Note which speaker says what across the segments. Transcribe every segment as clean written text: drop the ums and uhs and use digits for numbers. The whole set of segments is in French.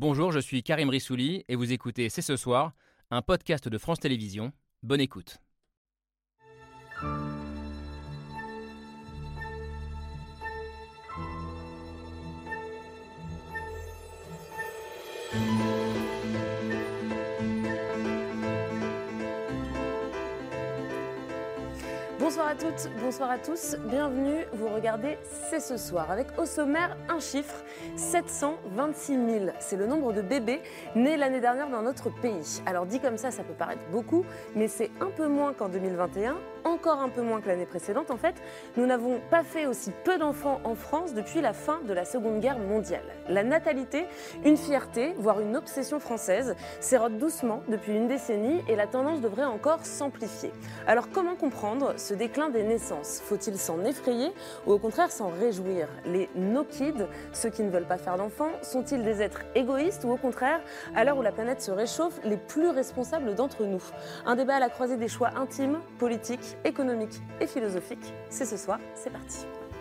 Speaker 1: Bonjour, je suis Karim Rissouli et vous écoutez C'est ce soir, un podcast de France Télévisions. Bonne écoute.
Speaker 2: Bonsoir à toutes, bonsoir à tous, bienvenue, vous regardez C'est ce soir avec au sommaire un chiffre, 726 000. C'est le nombre de bébés nés l'année dernière dans notre pays. Alors dit comme ça peut paraître beaucoup, mais c'est un peu moins qu'en 2021, encore un peu moins que l'année précédente. En fait, nous n'avons pas fait aussi peu d'enfants en France depuis la fin de la Seconde Guerre mondiale. La natalité, une fierté, voire une obsession française, s'érode doucement depuis une décennie et la tendance devrait encore s'amplifier. Alors comment comprendre ce déclin des naissances? Faut-il s'en effrayer ou au contraire s'en réjouir? Les no-kids, ceux qui ne veulent pas faire d'enfants, sont-ils des êtres égoïstes ou au contraire, à l'heure où la planète se réchauffe, les plus responsables d'entre nous? Un débat à la croisée des choix intimes, politiques, économiques et philosophiques. C'est ce soir, c'est parti.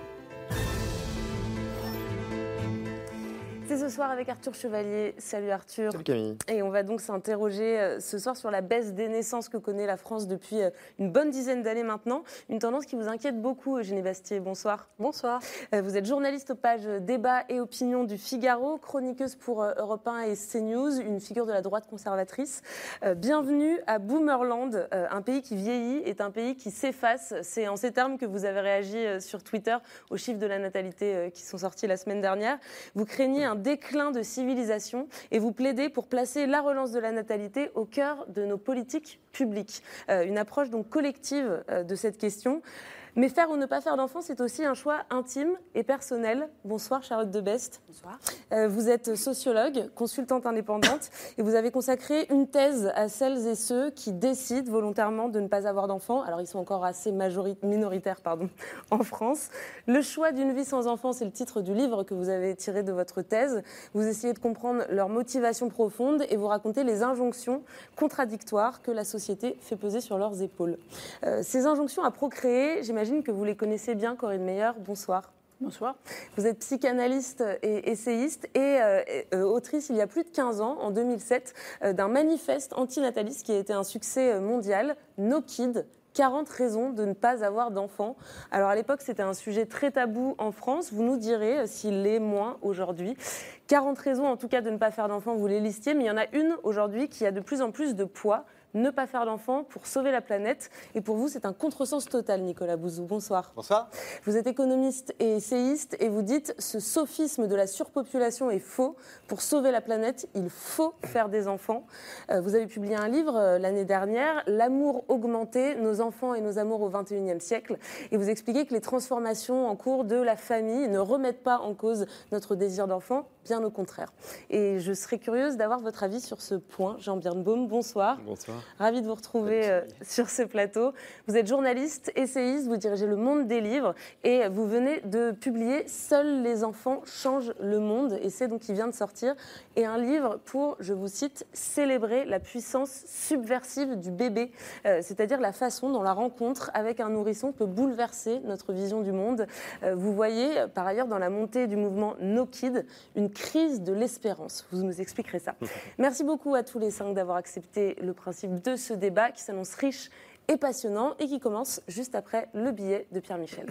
Speaker 2: C'est ce soir avec Arthur Chevalier. Salut Arthur.
Speaker 3: Salut Camille.
Speaker 2: Et on va donc s'interroger ce soir sur la baisse des naissances que connaît la France depuis une bonne dizaine d'années maintenant. Une tendance qui vous inquiète beaucoup, Eugénie Bastier. Bonsoir.
Speaker 4: Bonsoir.
Speaker 2: Vous êtes journaliste aux pages débat et opinion du Figaro, chroniqueuse pour Europe 1 et CNews, une figure de la droite conservatrice. Bienvenue à Boomerland, un pays qui vieillit est un pays qui s'efface. C'est en ces termes que vous avez réagi sur Twitter aux chiffres de la natalité qui sont sortis la semaine dernière. Vous craignez un déclin de civilisation et vous plaidez pour placer la relance de la natalité au cœur de nos politiques publiques. Une approche donc collective de cette question. Mais faire ou ne pas faire d'enfants, c'est aussi un choix intime et personnel. Bonsoir Charlotte Debest.
Speaker 4: Bonsoir.
Speaker 2: Vous êtes sociologue, consultante indépendante et vous avez consacré une thèse à celles et ceux qui décident volontairement de ne pas avoir d'enfants. Alors ils sont encore assez minoritaires en France. Le choix d'une vie sans enfants, c'est le titre du livre que vous avez tiré de votre thèse. Vous essayez de comprendre leur motivation profonde et vous racontez les injonctions contradictoires que la société fait peser sur leurs épaules. Ces injonctions à procréer, j'imagine que vous les connaissez bien, Corinne Meyer. Bonsoir.
Speaker 4: Bonsoir.
Speaker 2: Vous êtes psychanalyste et essayiste et autrice il y a plus de 15 ans, en 2007, d'un manifeste antinataliste qui a été un succès mondial, No Kid, 40 raisons de ne pas avoir d'enfants. Alors à l'époque, c'était un sujet très tabou en France. Vous nous direz s'il l'est moins aujourd'hui. 40 raisons en tout cas de ne pas faire d'enfants, vous les listiez, mais il y en a une aujourd'hui qui a de plus en plus de poids. Ne pas faire d'enfants pour sauver la planète. Et pour vous, c'est un contresens total, Nicolas Bouzou. Bonsoir.
Speaker 3: Bonsoir.
Speaker 2: Vous êtes économiste et essayiste et vous dites ce sophisme de la surpopulation est faux. Pour sauver la planète, il faut faire des enfants. Vous avez publié un livre l'année dernière, L'amour augmenté, nos enfants et nos amours au XXIe siècle. Et vous expliquez que les transformations en cours de la famille ne remettent pas en cause notre désir d'enfant, bien au contraire. Et je serais curieuse d'avoir votre avis sur ce point. Jean Birnbaum, bonsoir.
Speaker 3: Bonsoir.
Speaker 2: Ravi de vous retrouver sur ce plateau. Vous êtes journaliste, essayiste, vous dirigez Le Monde des livres et vous venez de publier Seuls les enfants changent le monde. Et c'est donc qui vient de sortir. Et un livre pour, je vous cite, célébrer la puissance subversive du bébé. C'est-à-dire la façon dont la rencontre avec un nourrisson peut bouleverser notre vision du monde. Vous voyez, par ailleurs, dans la montée du mouvement No Kid, une crise de l'espérance. Vous nous expliquerez ça. Merci beaucoup à tous les 5 d'avoir accepté le principe de ce débat qui s'annonce riche et passionnant et qui commence juste après le billet de Pierre Michel.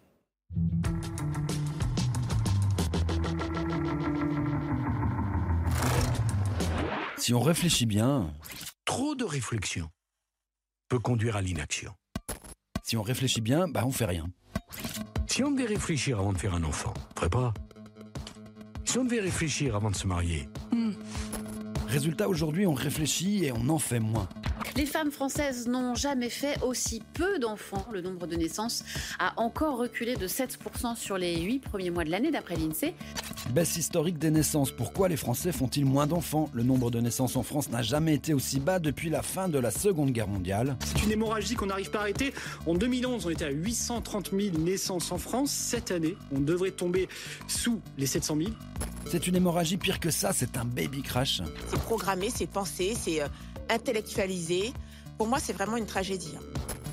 Speaker 5: Si on réfléchit bien,
Speaker 6: trop de réflexion peut conduire à l'inaction.
Speaker 5: Si on réfléchit bien, on fait rien.
Speaker 6: Si on devait réfléchir avant de faire un enfant, on ferait pas. Si on devait réfléchir avant de se marier,
Speaker 5: Résultat, aujourd'hui, on réfléchit et on en fait moins.
Speaker 4: Les femmes françaises n'ont jamais fait aussi peu d'enfants. Le nombre de naissances a encore reculé de 7% sur les 8 premiers mois de l'année, d'après l'INSEE.
Speaker 5: Baisse historique des naissances. Pourquoi les Français font-ils moins d'enfants? Le nombre de naissances en France n'a jamais été aussi bas depuis la fin de la Seconde Guerre mondiale.
Speaker 7: C'est une hémorragie qu'on n'arrive pas à arrêter. En 2011, on était à 830 000 naissances en France. Cette année, on devrait tomber sous les 700 000.
Speaker 5: C'est une hémorragie, pire que ça, c'est un baby crash.
Speaker 8: C'est programmé, c'est pensé, c'est intellectualisé. Pour moi, c'est vraiment une tragédie.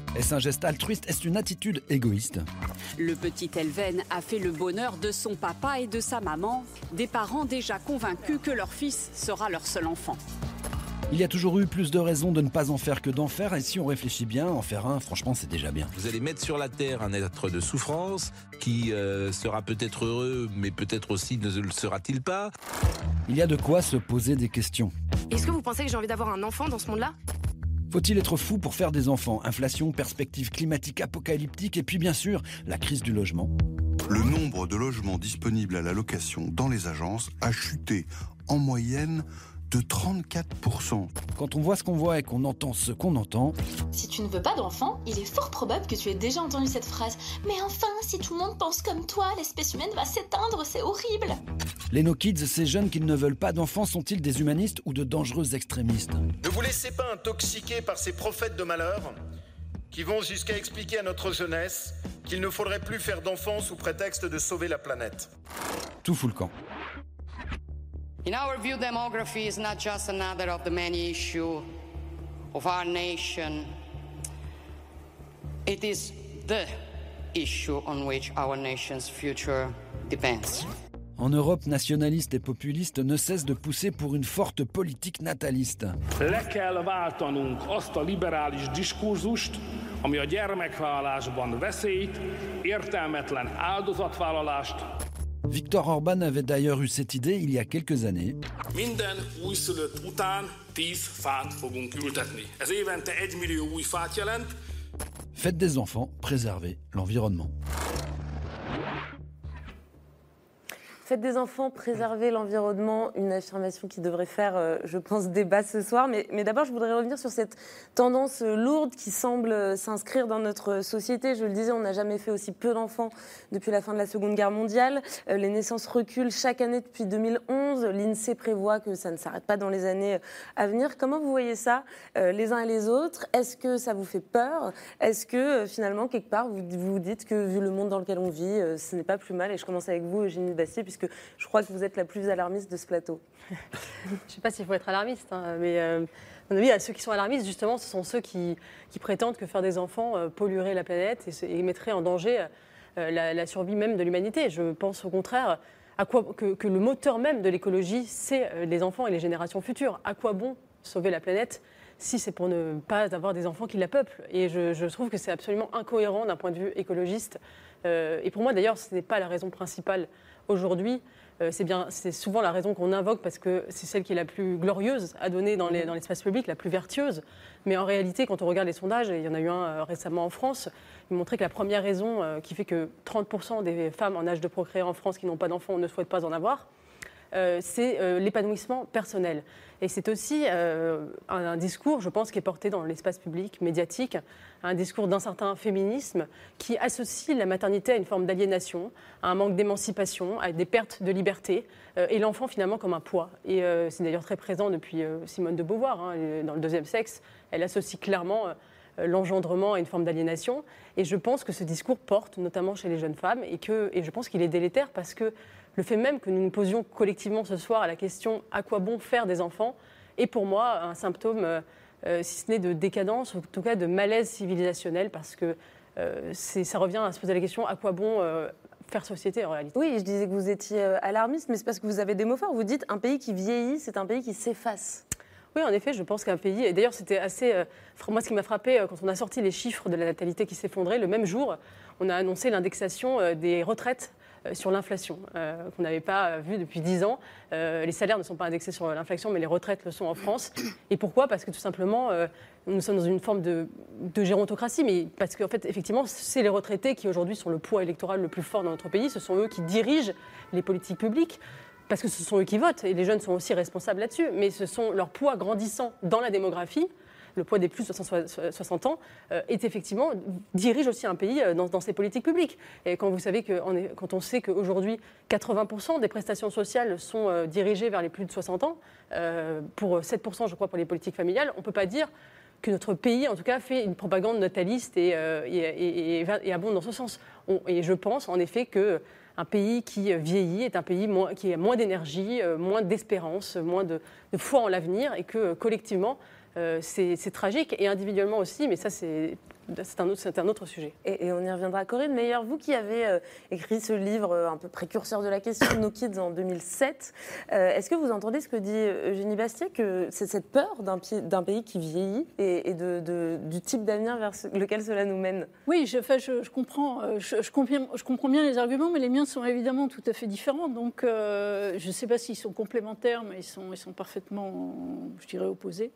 Speaker 5: Est-ce un geste altruiste? Est-ce une attitude égoïste?
Speaker 3: Le petit Elven a fait le bonheur de son papa et de sa maman, des parents déjà convaincus que leur fils sera leur seul enfant.
Speaker 5: Il y a toujours eu plus de raisons de ne pas en faire que d'en faire, et si on réfléchit bien, en faire un, franchement, c'est déjà bien.
Speaker 8: Vous allez mettre sur la terre un être de souffrance qui sera peut-être heureux, mais peut-être aussi ne le sera-t-il pas.
Speaker 5: Il y a de quoi se poser des questions.
Speaker 9: Est-ce que vous pensez que j'ai envie d'avoir un enfant dans ce monde-là ?
Speaker 5: Faut-il être fou pour faire des enfants? Inflation, perspectives climatiques apocalyptiques, et puis bien sûr, la crise du logement.
Speaker 10: Le nombre de logements disponibles à la location dans les agences a chuté en moyenne de 34%.
Speaker 5: Quand on voit ce qu'on voit et qu'on entend ce qu'on entend...
Speaker 11: Si tu ne veux pas d'enfant, il est fort probable que tu aies déjà entendu cette phrase. Mais enfin, si tout le monde pense comme toi, l'espèce humaine va s'éteindre, c'est horrible.
Speaker 5: Les No Kids, ces jeunes qui ne veulent pas d'enfants, sont-ils des humanistes ou de dangereux extrémistes?
Speaker 12: Ne vous laissez pas intoxiquer par ces prophètes de malheur qui vont jusqu'à expliquer à notre jeunesse qu'il ne faudrait plus faire d'enfants sous prétexte de sauver la planète.
Speaker 5: Tout fout le camp.
Speaker 13: In our view, demography is not just another of the many issues of our nation. It is the issue on which our nation's future depends.
Speaker 5: En Europe, nationalistes et populistes ne cessent de pousser pour une forte politique nataliste.
Speaker 14: Le kell váltanunk azt a liberális diskurzust, ami a gyermekvállalásban veszélyt, értelmetlen áldozatvállalást.
Speaker 5: Viktor Orban avait d'ailleurs eu cette idée il y a quelques années.
Speaker 14: Minden újszülött után 10 fát fogunk ültetni. Ez évente 1 millió új fát jelent.
Speaker 5: Faites des enfants, préservez l'environnement.
Speaker 2: Faites des enfants, préservez l'environnement, une affirmation qui devrait faire, je pense, débat ce soir. Mais d'abord, je voudrais revenir sur cette tendance lourde qui semble s'inscrire dans notre société. Je le disais, on n'a jamais fait aussi peu d'enfants depuis la fin de la Seconde Guerre mondiale. Les naissances reculent chaque année depuis 2011. L'INSEE prévoit que ça ne s'arrête pas dans les années à venir. Comment vous voyez ça, les uns et les autres? Est-ce que ça vous fait peur? Est-ce que, finalement, quelque part, vous vous dites que, vu le monde dans lequel on vit, ce n'est pas plus mal? Et je commence avec vous, Eugénie Bastier, puisque je crois que vous êtes la plus alarmiste de ce plateau.
Speaker 15: Je ne sais pas s'il faut être alarmiste, mais à mon avis, ceux qui sont alarmistes, justement, ce sont ceux qui prétendent que faire des enfants polluerait la planète et mettrait en danger la survie même de l'humanité. Je pense au contraire que le moteur même de l'écologie, c'est les enfants et les générations futures. À quoi bon sauver la planète si c'est pour ne pas avoir des enfants qui la peuplent? Et je trouve que c'est absolument incohérent d'un point de vue écologiste. Et pour moi, d'ailleurs, ce n'est pas la raison principale aujourd'hui. C'est souvent la raison qu'on invoque parce que c'est celle qui est la plus glorieuse à donner dans l'espace public, la plus vertueuse. Mais en réalité, quand on regarde les sondages, et il y en a eu un récemment en France, il montrait que la première raison qui fait que 30% des femmes en âge de procréer en France qui n'ont pas d'enfants ne souhaitent pas en avoir, c'est l'épanouissement personnel. Et c'est aussi un discours, je pense, qui est porté dans l'espace public, médiatique, un discours d'un certain féminisme qui associe la maternité à une forme d'aliénation, à un manque d'émancipation, à des pertes de liberté, et l'enfant finalement comme un poids. Et c'est d'ailleurs très présent depuis Simone de Beauvoir, dans Le Deuxième sexe. Elle associe clairement l'engendrement à une forme d'aliénation. Et je pense que ce discours porte notamment chez les jeunes femmes, et je pense qu'il est délétère parce que le fait même que nous nous posions collectivement ce soir à la question « à quoi bon faire des enfants ?» est pour moi un symptôme, si ce n'est de décadence, ou en tout cas de malaise civilisationnel, parce que ça revient à se poser la question « à quoi bon faire société en réalité ?»
Speaker 2: Oui, je disais que vous étiez alarmiste, mais c'est parce que vous avez des mots forts. Vous dites « un pays qui vieillit, c'est un pays qui s'efface ».
Speaker 15: Oui, en effet, je pense qu'un pays... Et d'ailleurs, c'était assez... moi, ce qui m'a frappé, quand on a sorti les chiffres de la natalité qui s'effondrait, le même jour, on a annoncé l'indexation des retraites sur l'inflation, qu'on n'avait pas vu depuis 10 ans. Les salaires ne sont pas indexés sur l'inflation, mais les retraites le sont en France. Et pourquoi ? Parce que tout simplement, nous sommes dans une forme de gérontocratie, mais parce qu'en fait, effectivement, c'est les retraités qui aujourd'hui sont le poids électoral le plus fort dans notre pays. Ce sont eux qui dirigent les politiques publiques, parce que ce sont eux qui votent, et les jeunes sont aussi responsables là-dessus. Mais ce sont leur poids grandissant dans la démographie, le poids des plus de 60 ans, dirige aussi un pays dans ses politiques publiques. Et quand quand on sait qu'aujourd'hui, 80% des prestations sociales sont dirigées vers les plus de 60 ans, pour 7%, je crois, pour les politiques familiales, on ne peut pas dire que notre pays, en tout cas, fait une propagande nataliste et abonde dans ce sens. Et je pense, en effet, qu'un pays qui vieillit est un pays qui a moins d'énergie, moins d'espérance, moins de foi en l'avenir, et que, collectivement, c'est tragique, et individuellement aussi, mais ça c'est c'est un autre sujet.
Speaker 2: Et on y reviendra. Corinne Meyer, vous qui avez écrit ce livre un peu précurseur de la question, No Kids, en 2007, est-ce que vous entendez ce que dit Eugénie Bastier, que c'est cette peur d'un pays qui vieillit et du type d'avenir vers lequel cela nous mène?
Speaker 16: Oui, je comprends bien les arguments, mais les miens sont évidemment tout à fait différents. Donc, je ne sais pas s'ils sont complémentaires, mais ils sont parfaitement, je dirais, opposés.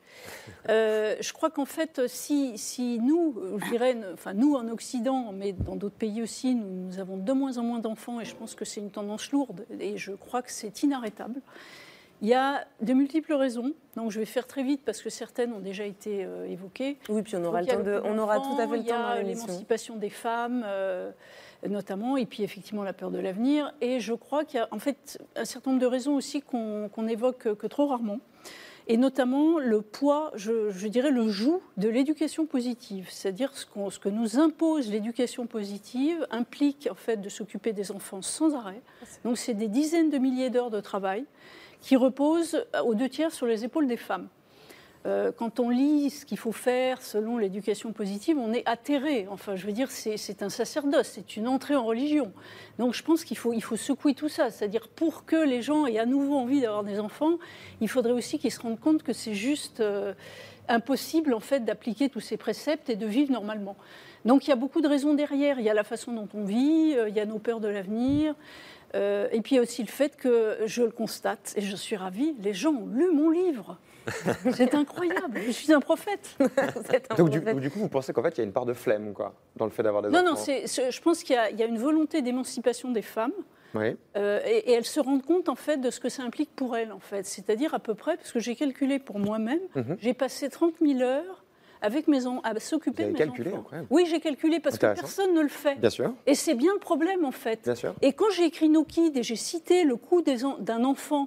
Speaker 16: Je crois qu'en fait, si nous, je dirais, nous en Occident, mais dans d'autres pays aussi, nous avons de moins en moins d'enfants, et je pense que c'est une tendance lourde, et je crois que c'est inarrêtable. Il y a de multiples raisons, donc je vais faire très vite parce que certaines ont déjà été évoquées.
Speaker 2: Oui, puis on aura tout à fait le temps dans l'émission.
Speaker 16: Il y a l'émancipation des femmes, notamment, et puis effectivement la peur de l'avenir. Et je crois qu'il y a en fait un certain nombre de raisons aussi qu'on n'évoque que trop rarement. Et notamment le poids, je dirais le joug de l'éducation positive. C'est-à-dire ce que nous impose l'éducation positive implique en fait de s'occuper des enfants sans arrêt. Donc c'est des dizaines de milliers d'heures de travail qui reposent aux 2/3 sur les épaules des femmes. Quand on lit ce qu'il faut faire selon l'éducation positive, on est atterré. Enfin, je veux dire, c'est un sacerdoce, c'est une entrée en religion. Donc je pense qu'il faut secouer tout ça. C'est-à-dire, pour que les gens aient à nouveau envie d'avoir des enfants, il faudrait aussi qu'ils se rendent compte que c'est juste impossible, en fait, d'appliquer tous ces préceptes et de vivre normalement. Donc il y a beaucoup de raisons derrière. Il y a la façon dont on vit, il y a nos peurs de l'avenir. Et puis il y a aussi le fait que, je le constate, et je suis ravie, les gens ont lu mon livre. C'est incroyable, je suis un prophète.
Speaker 17: Donc du coup, vous pensez qu'en fait, il y a une part de flemme, quoi, dans le fait d'avoir des enfants?
Speaker 16: Non, je pense qu'il y a une volonté d'émancipation des femmes.
Speaker 17: Oui.
Speaker 16: Et elles se rendent compte, en fait, de ce que ça implique pour elles, en fait. C'est-à-dire à peu près, parce que j'ai calculé pour moi-même, j'ai passé 30 000 heures avec à s'occuper de mes enfants. Incroyable. Oui, j'ai calculé parce que personne ne le fait.
Speaker 17: Bien sûr.
Speaker 16: Et c'est bien le problème, en fait.
Speaker 17: Bien sûr.
Speaker 16: Et quand j'ai écrit No Kids et j'ai cité le coût d'un enfant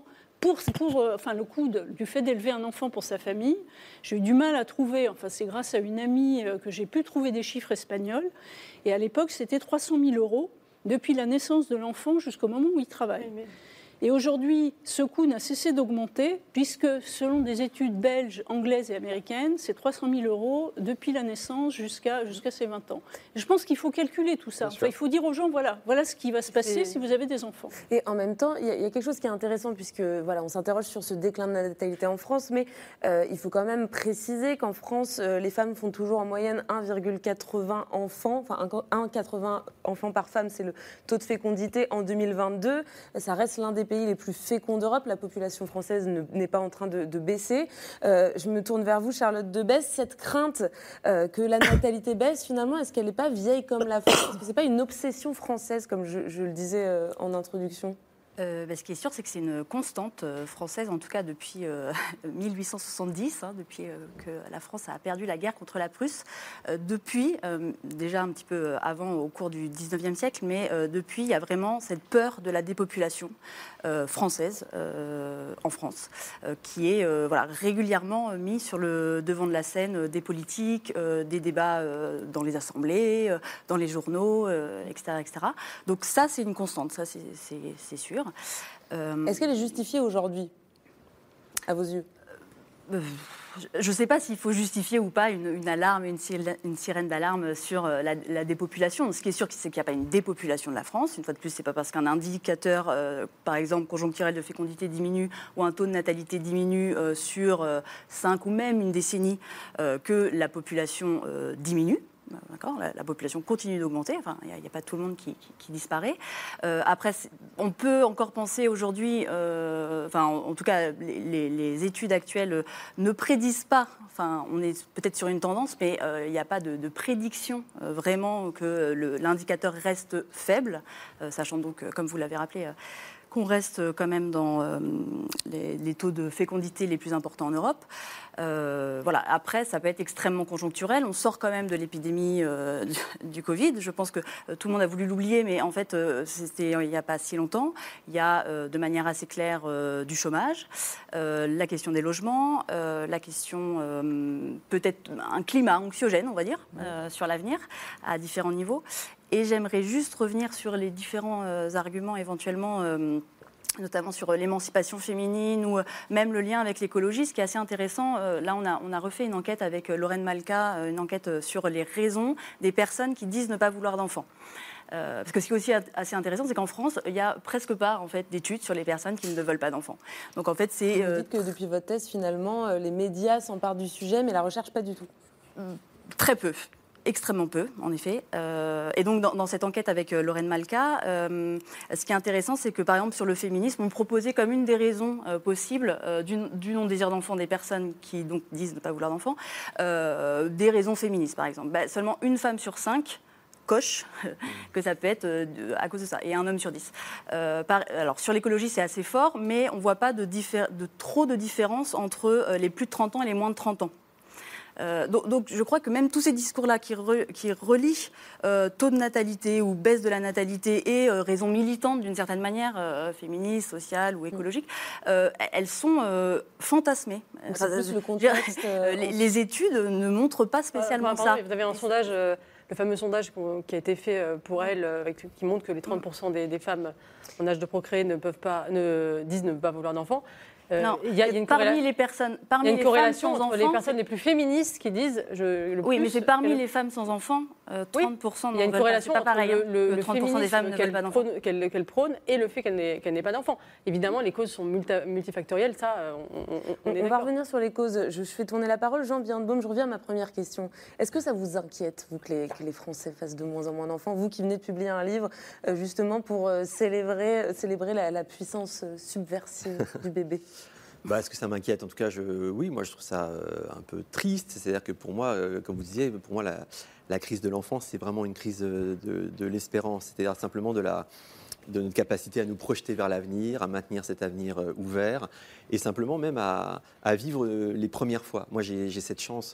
Speaker 16: le coût du fait d'élever un enfant pour sa famille, j'ai eu du mal à trouver, c'est grâce à une amie que j'ai pu trouver des chiffres espagnols, et à l'époque c'était 300 000 € depuis la naissance de l'enfant jusqu'au moment où il travaille. Et aujourd'hui, ce coût n'a cessé d'augmenter, puisque selon des études belges, anglaises et américaines, c'est 300 000 € depuis la naissance jusqu'à ses 20 ans. Et je pense qu'il faut calculer tout ça. Il faut dire aux gens, voilà ce qui va se passer si vous avez des enfants.
Speaker 2: Et en même temps, il y a quelque chose qui est intéressant, puisque on s'interroge sur ce déclin de la natalité en France, mais il faut quand même préciser qu'en France, les femmes font toujours en moyenne 1,80 enfants, 1,80 enfants par femme, c'est le taux de fécondité en 2022. Ça reste l'un des pays les plus féconds d'Europe. La population française n'est pas en train de baisser. Je me tourne vers vous, Charlotte Debesse. Cette crainte que la natalité baisse, finalement, est-ce qu'elle n'est pas vieille comme la France? Est-ce que ce n'est pas une obsession française, comme je le disais en introduction?
Speaker 18: Ce qui est sûr, c'est que c'est une constante française, en tout cas depuis 1870, depuis que la France a perdu la guerre contre la Prusse. Depuis, déjà un petit peu avant, au cours du 19e siècle, mais depuis, il y a vraiment cette peur de la dépopulation française en France, qui est régulièrement mis sur le devant de la scène des politiques, des débats dans les assemblées, dans les journaux, etc., etc. Donc ça, c'est une constante, ça c'est sûr.
Speaker 2: Est-ce qu'elle est justifiée aujourd'hui, à vos yeux?
Speaker 18: Je ne sais pas s'il faut justifier ou pas une alarme, une sirène d'alarme sur la dépopulation. Ce qui est sûr, c'est qu'il n'y a pas une dépopulation de la France. Une fois de plus, ce n'est pas parce qu'un indicateur, par exemple, conjoncturel de fécondité diminue ou un taux de natalité diminue sur 5 ou même une décennie que la population diminue. D'accord, la population continue d'augmenter, il n'y a pas tout le monde qui disparaît. Après, on peut encore penser aujourd'hui, en tout cas, les études actuelles ne prédisent pas, on est peut-être sur une tendance, mais il n'y a pas de prédiction vraiment que l'indicateur reste faible, sachant donc, comme vous l'avez rappelé, qu'on reste quand même dans les taux de fécondité les plus importants en Europe. Après, ça peut être extrêmement conjoncturel. On sort quand même de l'épidémie du Covid. Je pense que tout le monde a voulu l'oublier, mais en fait, c'était il n'y a pas si longtemps. Il y a de manière assez claire du chômage, la question des logements, la question peut-être un climat anxiogène, on va dire, sur l'avenir, à différents niveaux. Et j'aimerais juste revenir sur les différents arguments éventuellement notamment sur l'émancipation féminine ou même le lien avec l'écologie, ce qui est assez intéressant. Là, on a refait une enquête avec Lorraine Malka, une enquête sur les raisons des personnes qui disent ne pas vouloir d'enfants. Parce que ce qui est aussi assez intéressant, c'est qu'en France, il n'y a presque pas en fait, d'études sur les personnes qui ne veulent pas d'enfants. Donc en fait, c'est...
Speaker 2: Vous dites que depuis votre thèse, finalement, les médias s'emparent du sujet, mais la recherche pas du tout.
Speaker 18: Très peu. Extrêmement peu, en effet. Et donc, dans cette enquête avec Lorraine Malka, ce qui est intéressant, c'est que, par exemple, sur le féminisme, on proposait comme une des raisons possibles du non-désir d'enfant des personnes qui donc, disent ne pas vouloir d'enfants, des raisons féministes, par exemple. Seulement une femme sur 5 coche que ça peut être à cause de ça, et un homme sur 10. Alors, sur l'écologie, c'est assez fort, mais on ne voit pas trop de différence entre les plus de 30 ans et les moins de 30 ans. Donc je crois que même tous ces discours-là qui relient taux de natalité ou baisse de la natalité et raisons militantes d'une certaine manière, féministes, sociales ou écologiques, elles sont fantasmées.
Speaker 2: C'est plus le contexte,
Speaker 18: les études ne montrent pas spécialement ça.
Speaker 15: Vous avez un sondage, le fameux sondage qui a été fait pour elle, qui montre que les 30% des femmes en âge de procréer disent ne pas vouloir d'enfants.
Speaker 18: Non,
Speaker 15: il y a une
Speaker 18: parmi les personnes, parmi les
Speaker 15: corrélation
Speaker 18: femmes sans
Speaker 15: entre
Speaker 18: enfants,
Speaker 15: les personnes les plus féministes qui disent
Speaker 18: oui, mais c'est parmi les femmes sans enfants, 30%
Speaker 15: il y a une corrélation
Speaker 18: pas pareil,
Speaker 15: entre le
Speaker 18: 30% des femmes ne veulent pas d'enfants
Speaker 15: qu'elle prône et le fait qu'elle n'ait pas d'enfants. Évidemment, les causes sont multifactorielles, ça,
Speaker 2: on va revenir sur les causes. Je fais tourner la parole. Jean Birnbaum, je reviens à ma première question. Est-ce que ça vous inquiète, vous, que les Français fassent de moins en moins d'enfants, vous qui venez de publier un livre justement pour célébrer la puissance subversive du bébé?
Speaker 19: Est-ce que ça m'inquiète? En tout cas, oui, moi je trouve ça un peu triste. C'est-à-dire que pour moi, comme vous disiez, pour moi la crise de l'enfance, c'est vraiment une crise de l'espérance. C'est-à-dire simplement de notre capacité à nous projeter vers l'avenir, à maintenir cet avenir ouvert et simplement même à vivre les premières fois. Moi, j'ai cette chance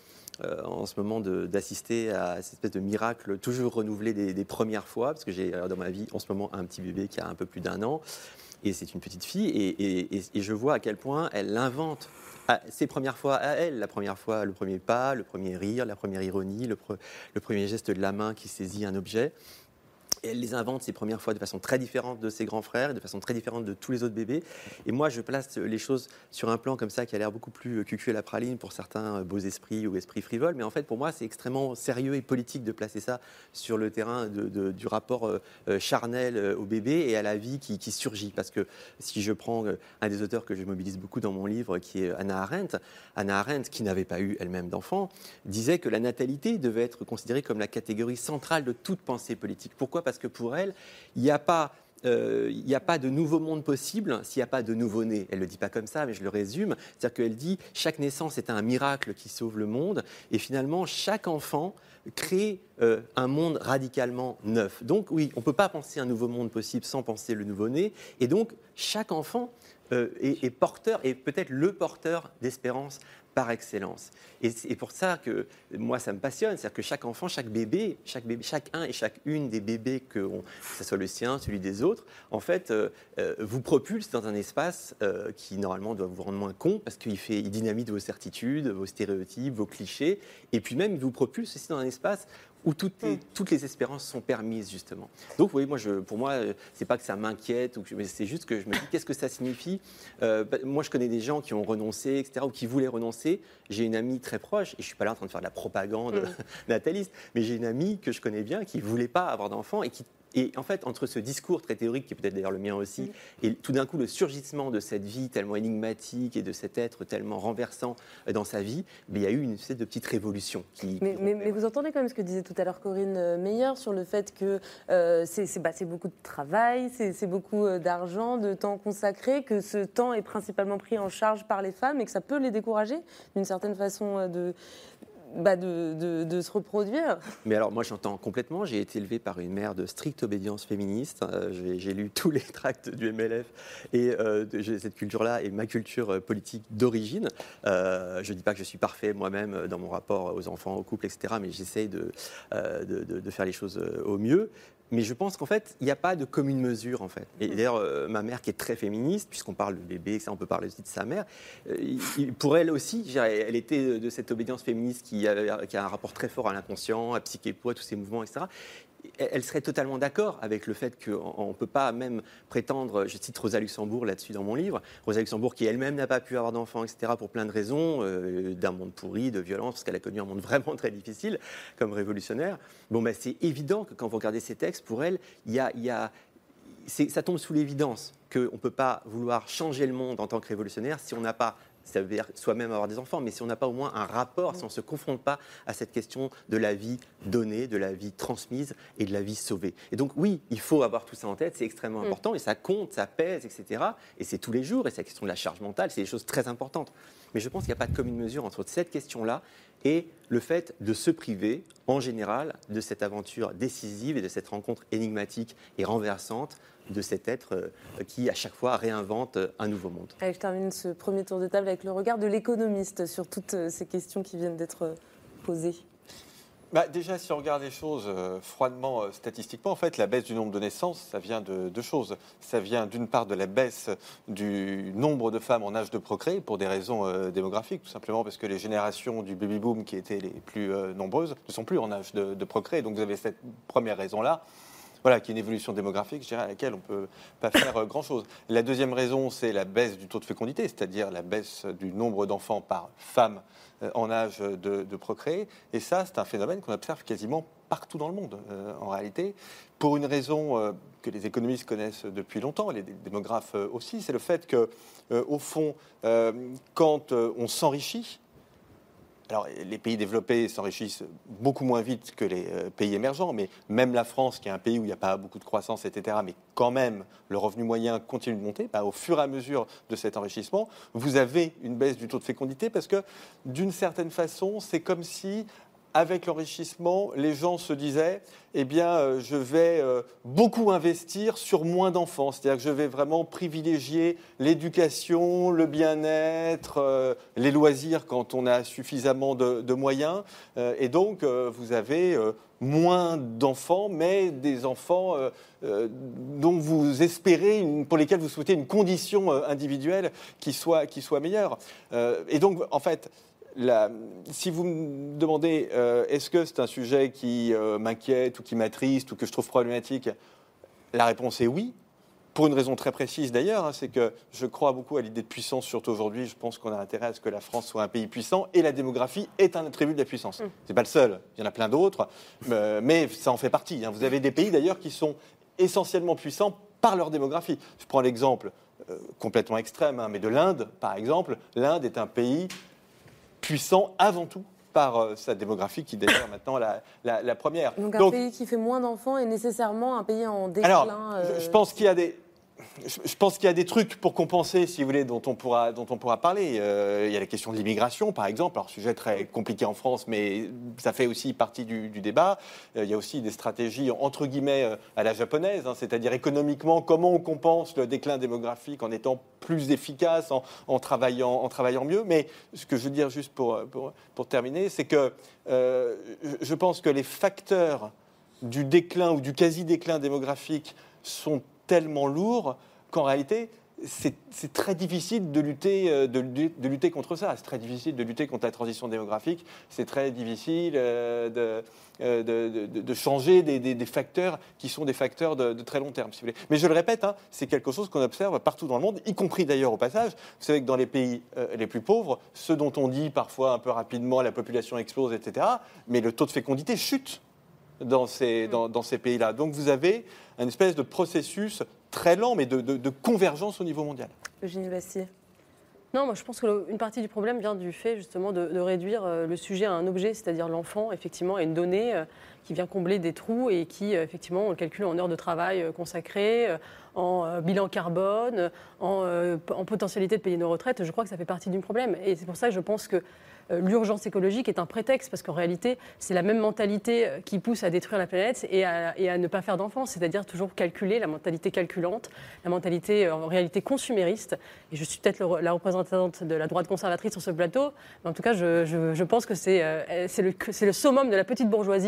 Speaker 19: en ce moment d'assister à cette espèce de miracle toujours renouvelé des premières fois, parce que j'ai dans ma vie en ce moment un petit bébé qui a un peu plus d'1 an. Et c'est une petite fille, et je vois à quel point elle invente ses premières fois à elle. La première fois, le premier pas, le premier rire, la première ironie, le premier geste de la main qui saisit un objet. Et elle les invente ces premières fois de façon très différente de ses grands frères, de façon très différente de tous les autres bébés. Et moi, je place les choses sur un plan comme ça qui a l'air beaucoup plus cucu à la praline pour certains beaux esprits ou esprits frivoles. Mais en fait, pour moi, c'est extrêmement sérieux et politique de placer ça sur le terrain du rapport charnel au bébé et à la vie qui surgit. Parce que si je prends un des auteurs que je mobilise beaucoup dans mon livre, qui est Hannah Arendt, qui n'avait pas eu elle-même d'enfant, disait que la natalité devait être considérée comme la catégorie centrale de toute pensée politique. Pourquoi ? Parce que pour elle, il n'y a pas de nouveau monde possible s'il n'y a pas de nouveau-né. Elle ne le dit pas comme ça, mais je le résume. C'est-à-dire qu'elle dit « chaque naissance est un miracle qui sauve le monde » et finalement, chaque enfant crée un monde radicalement neuf. Donc oui, on ne peut pas penser un nouveau monde possible sans penser le nouveau-né. Et donc, chaque enfant est porteur, et peut-être le porteur d'espérance par excellence. Et c'est pour ça que moi, ça me passionne. C'est-à-dire que chaque enfant, chacun et chacune des bébés, que ce soit le sien, celui des autres, en fait, vous propulse dans un espace qui, normalement, doit vous rendre moins con, parce qu'il dynamite vos certitudes, vos stéréotypes, vos clichés, et puis même, il vous propulse aussi dans un espace où toutes les espérances sont permises, justement. Donc, vous voyez, pour moi, c'est pas que ça m'inquiète, mais c'est juste que je me dis, qu'est-ce que ça signifie ? Moi, je connais des gens qui ont renoncé, etc., ou qui voulaient renoncer. J'ai une amie très proche, et je suis pas là en train de faire de la propagande nataliste, mais j'ai une amie que je connais bien qui voulait pas avoir d'enfant et en fait, entre ce discours très théorique, qui est peut-être d'ailleurs le mien aussi, et tout d'un coup le surgissement de cette vie tellement énigmatique et de cet être tellement renversant dans sa vie, il y a eu une espèce de petite révolution.
Speaker 2: Mais vous entendez quand même ce que disait tout à l'heure Corinne Meyer sur le fait que c'est beaucoup de travail, c'est beaucoup d'argent, de temps consacré, que ce temps est principalement pris en charge par les femmes et que ça peut les décourager d'une certaine façon de se reproduire.
Speaker 19: Mais alors moi j'entends complètement, j'ai été élevé par une mère de stricte obédience féministe, j'ai lu tous les tracts du MLF et j'ai cette culture-là et ma culture politique d'origine. Je ne dis pas que je suis parfait moi-même dans mon rapport aux enfants, aux couples, etc. mais j'essaye de faire les choses au mieux. Mais je pense qu'en fait, il n'y a pas de commune mesure, en fait. Et d'ailleurs, ma mère, qui est très féministe, puisqu'on parle de bébé, ça, on peut parler aussi de sa mère, pour elle aussi, elle était de cette obédience féministe qui a un rapport très fort à l'inconscient, à Psyché Po, à tous ces mouvements, etc. elle serait totalement d'accord avec le fait qu'on ne peut pas même prétendre, je cite Rosa Luxembourg là-dessus dans mon livre, Rosa Luxembourg qui elle-même n'a pas pu avoir d'enfants, etc., pour plein de raisons, d'un monde pourri, de violence, parce qu'elle a connu un monde vraiment très difficile comme révolutionnaire. Bon, c'est évident que quand vous regardez ces textes, pour elle, ça tombe sous l'évidence qu'on ne peut pas vouloir changer le monde en tant que révolutionnaire si on n'a pas, ça veut dire soi-même avoir des enfants, mais si on n'a pas au moins un rapport, si on ne se confronte pas à cette question de la vie donnée, de la vie transmise et de la vie sauvée. Et donc oui, il faut avoir tout ça en tête, c'est extrêmement important, et ça compte, ça pèse, etc. Et c'est tous les jours, et c'est la question de la charge mentale, c'est des choses très importantes. Mais je pense qu'il n'y a pas de commune mesure entre cette question-là et le fait de se priver, en général, de cette aventure décisive et de cette rencontre énigmatique et renversante de cet être qui, à chaque fois, réinvente un nouveau monde.
Speaker 2: Allez, je termine ce premier tour de table avec le regard de l'économiste sur toutes ces questions qui viennent d'être posées.
Speaker 20: Déjà, si on regarde les choses froidement, statistiquement, en fait, la baisse du nombre de naissances, ça vient de deux choses. Ça vient d'une part de la baisse du nombre de femmes en âge de procréer pour des raisons démographiques, tout simplement parce que les générations du baby-boom qui étaient les plus nombreuses ne sont plus en âge de procréer. Donc vous avez cette première raison-là. Voilà, qui est une évolution démographique, je dirais, à laquelle on ne peut pas faire grand-chose. La deuxième raison, c'est la baisse du taux de fécondité, c'est-à-dire la baisse du nombre d'enfants par femme en âge de procréer. Et ça, c'est un phénomène qu'on observe quasiment partout dans le monde, en réalité, pour une raison que les économistes connaissent depuis longtemps, et les démographes aussi, c'est le fait que, au fond, quand on s'enrichit, alors, les pays développés s'enrichissent beaucoup moins vite que les pays émergents, mais même la France, qui est un pays où il n'y a pas beaucoup de croissance, etc., mais quand même, le revenu moyen continue de monter, au fur et à mesure de cet enrichissement, vous avez une baisse du taux de fécondité, parce que, d'une certaine façon, c'est comme si, avec l'enrichissement, les gens se disaient je vais beaucoup investir sur moins d'enfants. C'est-à-dire que je vais vraiment privilégier l'éducation, le bien-être, les loisirs quand on a suffisamment de moyens. Et donc, vous avez moins d'enfants, mais des enfants dont vous espérez, pour lesquels vous souhaitez une condition individuelle qui soit meilleure. Et donc, en fait, si vous me demandez est-ce que c'est un sujet qui m'inquiète ou qui m'attriste ou que je trouve problématique, la réponse est oui, pour une raison très précise d'ailleurs, c'est que je crois beaucoup à l'idée de puissance, surtout aujourd'hui. Je pense qu'on a intérêt à ce que la France soit un pays puissant, et la démographie est un attribut de la puissance. C'est pas le seul, il y en a plein d'autres, mais ça en fait partie. Vous avez des pays d'ailleurs qui sont essentiellement puissants par leur démographie. Je prends l'exemple complètement extrême, mais de l'Inde, par exemple. L'Inde est un pays puissant avant tout par sa démographie, qui est d'ailleurs maintenant la première.
Speaker 2: Donc un pays qui fait moins d'enfants est nécessairement un pays en déclin.
Speaker 20: Alors, je pense qu'il y a des trucs pour compenser, si vous voulez, dont on pourra parler. Il y a la question de l'immigration, par exemple. Alors, sujet très compliqué en France, mais ça fait aussi partie du débat. Il y a aussi des stratégies, entre guillemets, à la japonaise, c'est-à-dire économiquement, comment on compense le déclin démographique en étant plus efficace, en travaillant mieux. Mais ce que je veux dire, juste pour terminer, c'est que je pense que les facteurs du déclin ou du quasi-déclin démographique sont tellement lourd qu'en réalité, c'est très difficile de lutter contre ça. C'est très difficile de lutter contre la transition démographique. C'est très difficile de changer des facteurs qui sont des facteurs de très long terme, si vous voulez. Mais je le répète, c'est quelque chose qu'on observe partout dans le monde, y compris d'ailleurs au passage. Vous savez que dans les pays les plus pauvres, ceux dont on dit parfois un peu rapidement la population explose, etc., mais le taux de fécondité chute dans ces pays-là. Donc vous avez une espèce de processus très lent, mais de convergence au niveau mondial.
Speaker 2: Eugénie Bastier.
Speaker 15: Non, moi je pense qu'une partie du problème vient du fait justement de réduire le sujet à un objet, c'est-à-dire l'enfant, effectivement, à une donnée qui vient combler des trous et qui, effectivement, on le calcule en heures de travail consacrées, en bilan carbone, en potentialité de payer nos retraites. Je crois que ça fait partie du problème. Et c'est pour ça que je pense que l'urgence écologique est un prétexte, parce qu'en réalité, c'est la même mentalité qui pousse à détruire la planète et à ne pas faire d'enfants, c'est-à-dire toujours calculer, la mentalité calculante, la mentalité en réalité consumériste. Et je suis peut-être la représentante de la droite conservatrice sur ce plateau, mais en tout cas, je pense que c'est le summum de la petite bourgeoisie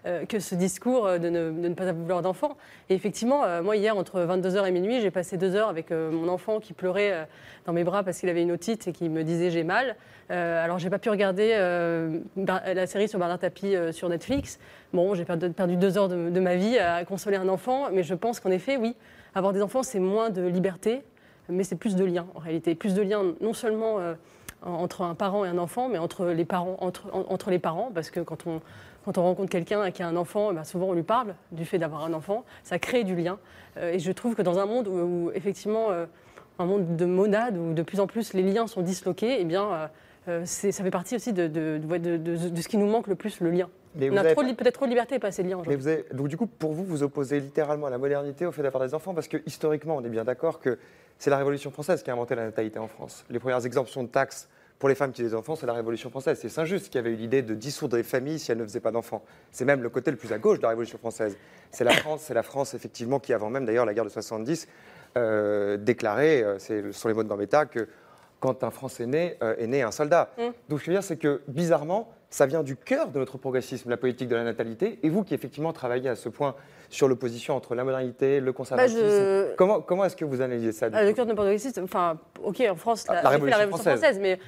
Speaker 15: que ce discours de ne pas vouloir d'enfant. Et effectivement, moi hier, entre 22h et minuit, j'ai passé 2 heures avec mon enfant qui pleurait dans mes bras parce qu'il avait une otite et qui me disait j'ai mal. Alors j'ai pas pu regarder la série sur Bernard Tapie sur Netflix. Bon, j'ai perdu 2 heures de ma vie à consoler un enfant, mais je pense qu'en effet, oui, avoir des enfants, c'est moins de liberté, mais c'est plus de liens en réalité. Plus de liens non seulement entre un parent et un enfant, mais entre les parents, entre les parents, parce que quand on rencontre quelqu'un qui a un enfant, souvent on lui parle du fait d'avoir un enfant, ça crée du lien. Et je trouve que dans un monde où effectivement, un monde de monade, où de plus en plus les liens sont disloqués, eh bien, ça fait partie aussi de ce qui nous manque le plus, le lien.
Speaker 21: Mais
Speaker 15: on a peut-être trop de liberté et pas assez de liens aujourd'hui.
Speaker 21: Donc du coup, pour vous, vous opposez littéralement à la modernité au fait d'avoir des enfants, parce que historiquement, on est bien d'accord que c'est la Révolution française qui a inventé la natalité en France. Les premières exemptions de taxes pour les femmes qui ont des enfants, c'est la Révolution française. C'est Saint-Just qui avait eu l'idée de dissoudre les familles si elles ne faisaient pas d'enfants. C'est même le côté le plus à gauche de la Révolution française. C'est la France effectivement qui, avant même d'ailleurs la guerre de 70, déclarait, ce sont les mots de Gambetta, que quand un Français est né un soldat. Donc ce que je veux dire, c'est que bizarrement, ça vient du cœur de notre progressisme, la politique de la natalité. Et vous qui effectivement travaillez à ce point sur l'opposition entre la modernité, le conservatisme, comment est-ce que vous analysez ça?
Speaker 15: Le cœur de notre progressisme, enfin, ok, en France, la Révolution française, mais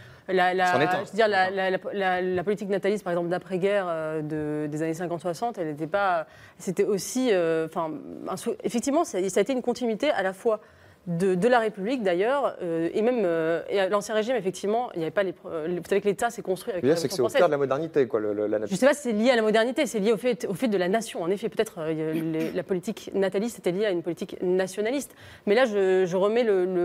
Speaker 15: la politique nataliste, par exemple, d'après-guerre des années 50-60, elle n'était pas. C'était aussi. Effectivement, ça a été une continuité à la fois de la République d'ailleurs, et même et l'Ancien Régime, effectivement, il n'y avait pas vous savez que l'État s'est construit avec la Révolution
Speaker 21: française. C'est au cœur de la modernité, quoi, la
Speaker 15: natalité. Je ne sais pas si c'est lié à la modernité, c'est lié au fait de la nation. En effet, peut-être la politique nataliste était liée à une politique nationaliste. Mais là, je remets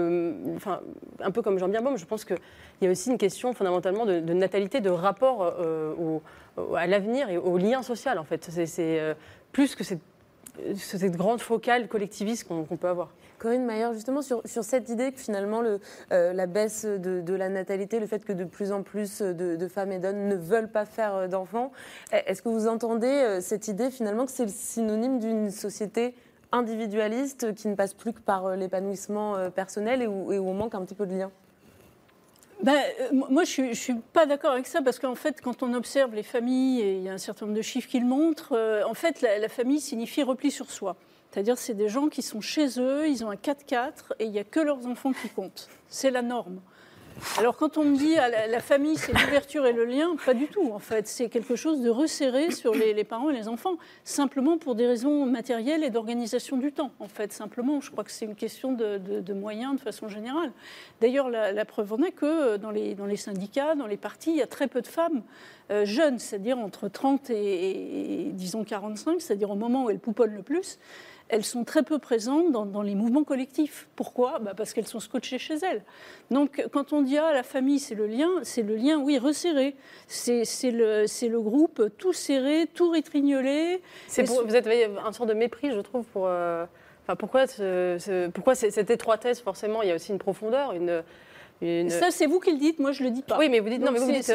Speaker 15: un peu comme Jean Birnbaum, je pense qu'il y a aussi une question fondamentalement de natalité, de rapport à l'avenir et au lien social, en fait. C'est plus que cette grande focale collectiviste qu'on peut avoir.
Speaker 2: Corinne Mayer, justement, sur cette idée que finalement la baisse de la natalité, le fait que de plus en plus de femmes et d'hommes ne veulent pas faire d'enfants, est-ce que vous entendez cette idée finalement que c'est le synonyme d'une société individualiste qui ne passe plus que par l'épanouissement personnel et où on manque un petit peu de lien?
Speaker 16: Moi, je ne suis pas d'accord avec ça, parce qu'en fait, quand on observe les familles, et il y a un certain nombre de chiffres qui le montrent, en fait, la famille signifie repli sur soi. C'est-à-dire c'est des gens qui sont chez eux, ils ont un 4x4 et il n'y a que leurs enfants qui comptent. C'est la norme. Alors quand on me dit la famille c'est l'ouverture et le lien, pas du tout en fait. C'est quelque chose de resserré sur les parents et les enfants, simplement pour des raisons matérielles et d'organisation du temps. En fait, simplement, je crois que c'est une question de moyens de façon générale. D'ailleurs, la preuve en est que dans les syndicats, dans les partis, il y a très peu de femmes jeunes, c'est-à-dire entre 30 et disons 45, c'est-à-dire au moment où elles pouponnent le plus. Elles sont très peu présentes dans les mouvements collectifs. Pourquoi ? Parce qu'elles sont scotchées chez elles. Donc, quand on dit la famille, c'est le lien, oui, resserré. C'est le groupe tout serré, tout rétrignolé.
Speaker 15: Vous avez un sort de mépris, je trouve, pour. Pourquoi cette étroitesse, forcément, il y a aussi une profondeur,
Speaker 16: Ça, c'est vous qui le dites, moi je le dis pas.
Speaker 15: Oui, mais vous dites, vous dites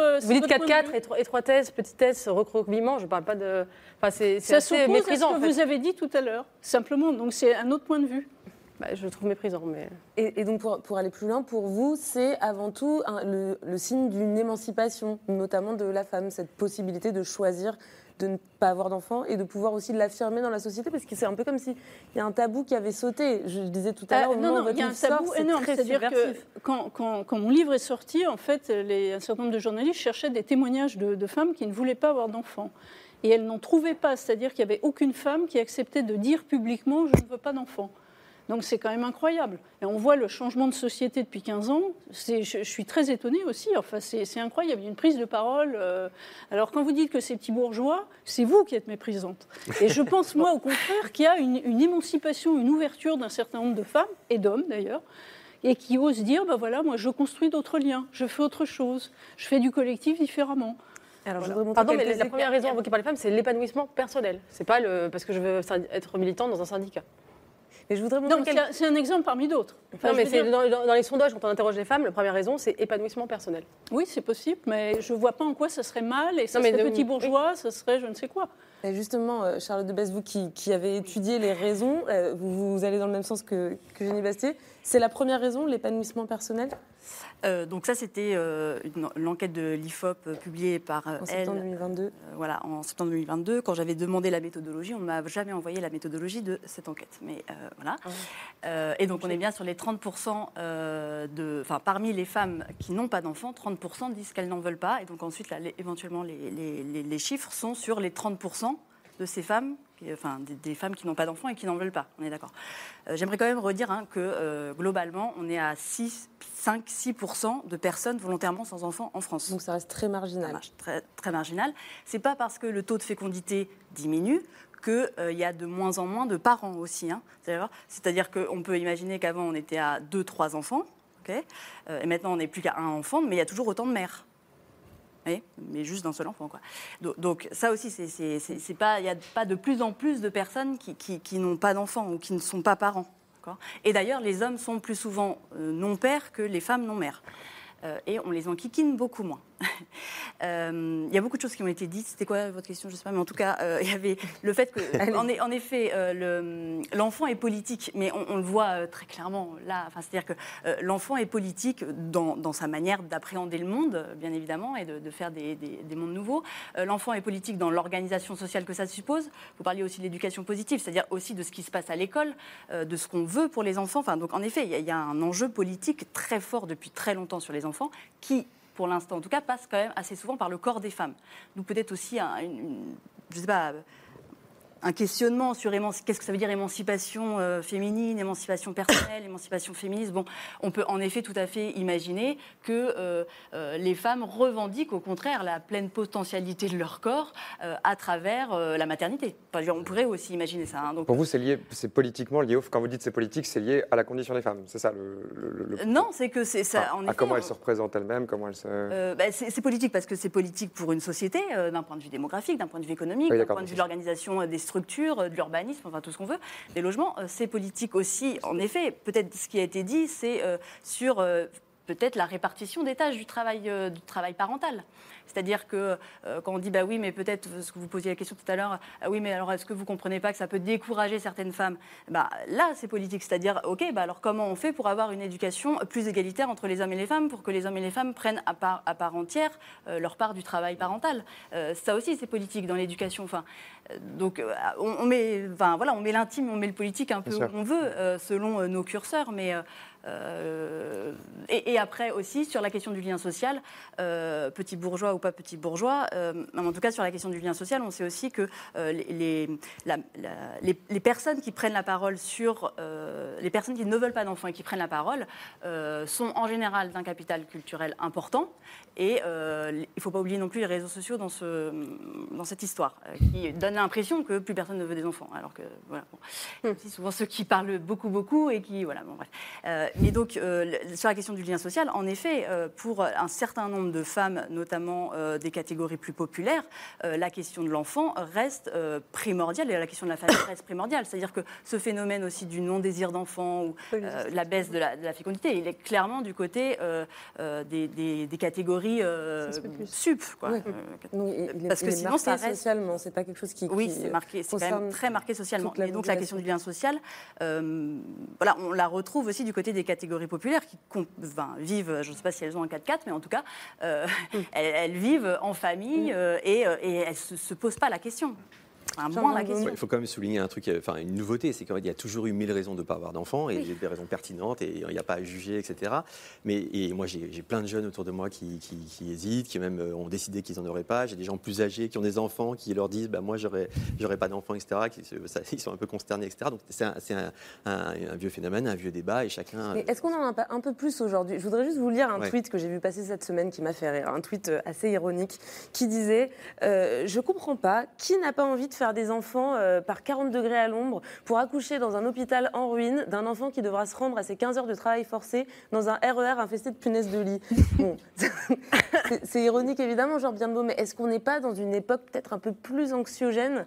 Speaker 15: 4-4, étroitesse, petitesse, recroquevillement, je ne parle pas de. C'est assez méprisant.
Speaker 16: C'est ce que vous avez dit tout à l'heure, simplement, donc c'est un autre point de vue.
Speaker 15: Je le trouve méprisant. Mais...
Speaker 2: Et donc, pour aller plus loin, pour vous, c'est avant tout le signe d'une émancipation, notamment de la femme, cette possibilité de choisir de ne pas avoir d'enfants et de pouvoir aussi l'affirmer dans la société, parce que c'est un peu comme s'il y a un tabou qui avait sauté. Je disais tout à l'heure,
Speaker 16: non, il y a un tabou énorme. C'est-à-dire que quand mon livre est sorti, en fait, un certain nombre de journalistes cherchaient des témoignages de femmes qui ne voulaient pas avoir d'enfants. Et elles n'en trouvaient pas, c'est-à-dire qu'il n'y avait aucune femme qui acceptait de dire publiquement « je ne veux pas d'enfants ». Donc c'est quand même incroyable. Et on voit le changement de société depuis 15 ans. Je suis très étonnée aussi. Enfin, c'est incroyable. Il y a une prise de parole. Alors quand vous dites que c'est petits bourgeois, c'est vous qui êtes méprisante. Et je pense, moi, au contraire, qu'il y a une émancipation, une ouverture d'un certain nombre de femmes, et d'hommes d'ailleurs, et qui osent dire, voilà, moi je construis d'autres liens, je fais autre chose, je fais du collectif différemment.
Speaker 15: Alors, pardon, mais la première raison invoquée par les femmes, c'est l'épanouissement personnel. C'est pas parce que je veux être militante dans un syndicat.
Speaker 2: Mais je voudrais
Speaker 16: c'est un exemple parmi d'autres.
Speaker 15: Enfin, non, mais dans les sondages, quand on interroge les femmes, la première raison, c'est épanouissement personnel.
Speaker 16: Oui, c'est possible, mais je ne vois pas en quoi ça serait mal, et ça serait petit bourgeois, ça serait je ne sais quoi.
Speaker 2: Et justement, Charlotte de Besse, vous qui avez étudié les raisons, vous allez dans le même sens que Jenny Bastier. C'est la première raison, l'épanouissement personnel ?
Speaker 18: Donc ça, c'était l'enquête de l'IFOP publiée par
Speaker 2: en septembre 2022.
Speaker 18: Voilà, en septembre 2022. Quand j'avais demandé la méthodologie, on ne m'a jamais envoyé la méthodologie de cette enquête. Mais voilà. Et donc on est bien sur les 30% parmi les femmes qui n'ont pas d'enfants, 30% disent qu'elles n'en veulent pas. Et donc ensuite, là, éventuellement, les chiffres sont sur les 30% de ces femmes, des femmes qui n'ont pas d'enfants et qui n'en veulent pas, on est d'accord. J'aimerais quand même redire que globalement, on est à 5-6% de personnes volontairement sans enfants en France.
Speaker 2: Donc ça reste très marginal.
Speaker 18: Très, très marginal. C'est pas parce que le taux de fécondité diminue qu'il y a de moins en moins de parents aussi. C'est-à-dire qu'on peut imaginer qu'avant, on était à 2-3 enfants, okay, et maintenant, on n'est plus qu'à 1 enfant, mais il y a toujours autant de mères. Oui, mais juste d'un seul enfant, quoi. Donc ça aussi, il n'y a pas de plus en plus de personnes qui n'ont pas d'enfants ou qui ne sont pas parents. Et d'ailleurs, les hommes sont plus souvent non-pères que les femmes non-mères. Et on les enquiquine beaucoup moins. Il y a beaucoup de choses qui ont été dites. C'était quoi votre question? Je ne sais pas, mais en tout cas, il y avait le fait que, en effet, l'enfant est politique, mais on le voit très clairement là. C'est-à-dire que l'enfant est politique dans sa manière d'appréhender le monde, bien évidemment, et de faire des mondes nouveaux. L'enfant est politique dans l'organisation sociale que ça suppose. Vous parliez aussi de l'éducation positive, c'est-à-dire aussi de ce qui se passe à l'école, de ce qu'on veut pour les enfants. Donc, en effet, il y a un enjeu politique très fort depuis très longtemps sur les enfants qui, pour l'instant en tout cas, passe quand même assez souvent par le corps des femmes. D'où peut-être aussi je sais pas, un questionnement sur qu'est-ce que ça veut dire émancipation féminine, émancipation personnelle, émancipation féministe. Bon, on peut en effet tout à fait imaginer que les femmes revendiquent au contraire la pleine potentialité de leur corps à travers la maternité. On pourrait aussi imaginer ça. Donc,
Speaker 21: pour vous, c'est politiquement lié, quand vous dites c'est politique, c'est lié à la condition des femmes, c'est ça
Speaker 18: Non, c'est que c'est ça. En effet,
Speaker 21: comment elles se représentent elles-mêmes, comment elles se...
Speaker 18: c'est politique parce que c'est politique pour une société, d'un point de vue démographique, d'un point de vue économique, d'un point de vue de l'organisation des structures, de l'urbanisme, enfin tout ce qu'on veut, des logements. C'est politique aussi, en effet. Peut-être ce qui a été dit, c'est sur peut-être la répartition des tâches du travail parental. C'est-à-dire que quand on dit oui, mais peut-être, ce que vous posiez la question tout à l'heure, oui, mais alors est-ce que vous ne comprenez pas que ça peut décourager certaines femmes? Là, c'est politique. C'est-à-dire, ok, alors comment on fait pour avoir une éducation plus égalitaire entre les hommes et les femmes, pour que les hommes et les femmes prennent à part entière leur part du travail parental? Ça aussi, c'est politique dans l'éducation. Donc, on met l'intime, on met le politique un peu où on veut, selon nos curseurs, mais... et après aussi sur la question du lien social, petit bourgeois ou pas petit bourgeois, en tout cas sur la question du lien social, on sait aussi que les personnes qui prennent la parole les personnes qui ne veulent pas d'enfants et qui prennent la parole sont en général d'un capital culturel important, et il ne faut pas oublier non plus les réseaux sociaux dans cette histoire qui donne l'impression que plus personne ne veut des enfants, alors que voilà, c'est souvent ceux qui parlent beaucoup et qui mais donc, sur la question du lien social, en effet, pour un certain nombre de femmes, notamment des catégories plus populaires, la question de l'enfant reste primordiale, et la question de la famille reste primordiale. C'est-à-dire que ce phénomène aussi du non-désir d'enfant ou la baisse de la fécondité, il est clairement du côté des catégories sup. Parce que sinon, ça reste...
Speaker 2: socialement, c'est pas quelque chose qui...
Speaker 18: Oui, c'est quand même très marqué socialement. Et donc, la question du lien social, on la retrouve aussi du côté des catégories populaires qui vivent, je ne sais pas si elles ont un 4x4, mais en tout cas, elles vivent en famille et elles ne se posent pas la question.
Speaker 19: Il faut quand même souligner un truc, une nouveauté, c'est qu'il y a toujours eu 1000 raisons de ne pas avoir d'enfants, et des raisons pertinentes, et il n'y a pas à juger, etc. Et moi, j'ai plein de jeunes autour de moi qui hésitent, qui même ont décidé qu'ils n'en auraient pas. J'ai des gens plus âgés qui ont des enfants, qui leur disent moi, j'aurais pas d'enfants, etc. Ils sont un peu consternés, etc. Donc c'est un vieux phénomène, un vieux débat, et chacun...
Speaker 2: Mais est-ce qu'on en a pas un peu plus aujourd'hui? Je voudrais juste vous lire un tweet que j'ai vu passer cette semaine qui m'a fait rire, un tweet assez ironique, qui disait je comprends pas, qui n'a pas envie de faire des enfants par 40 degrés à l'ombre pour accoucher dans un hôpital en ruine d'un enfant qui devra se rendre à ses 15 heures de travail forcé dans un RER infesté de punaises de lit. Bon, c'est ironique évidemment, genre bien de mots, mais est-ce qu'on n'est pas dans une époque peut-être un peu plus anxiogène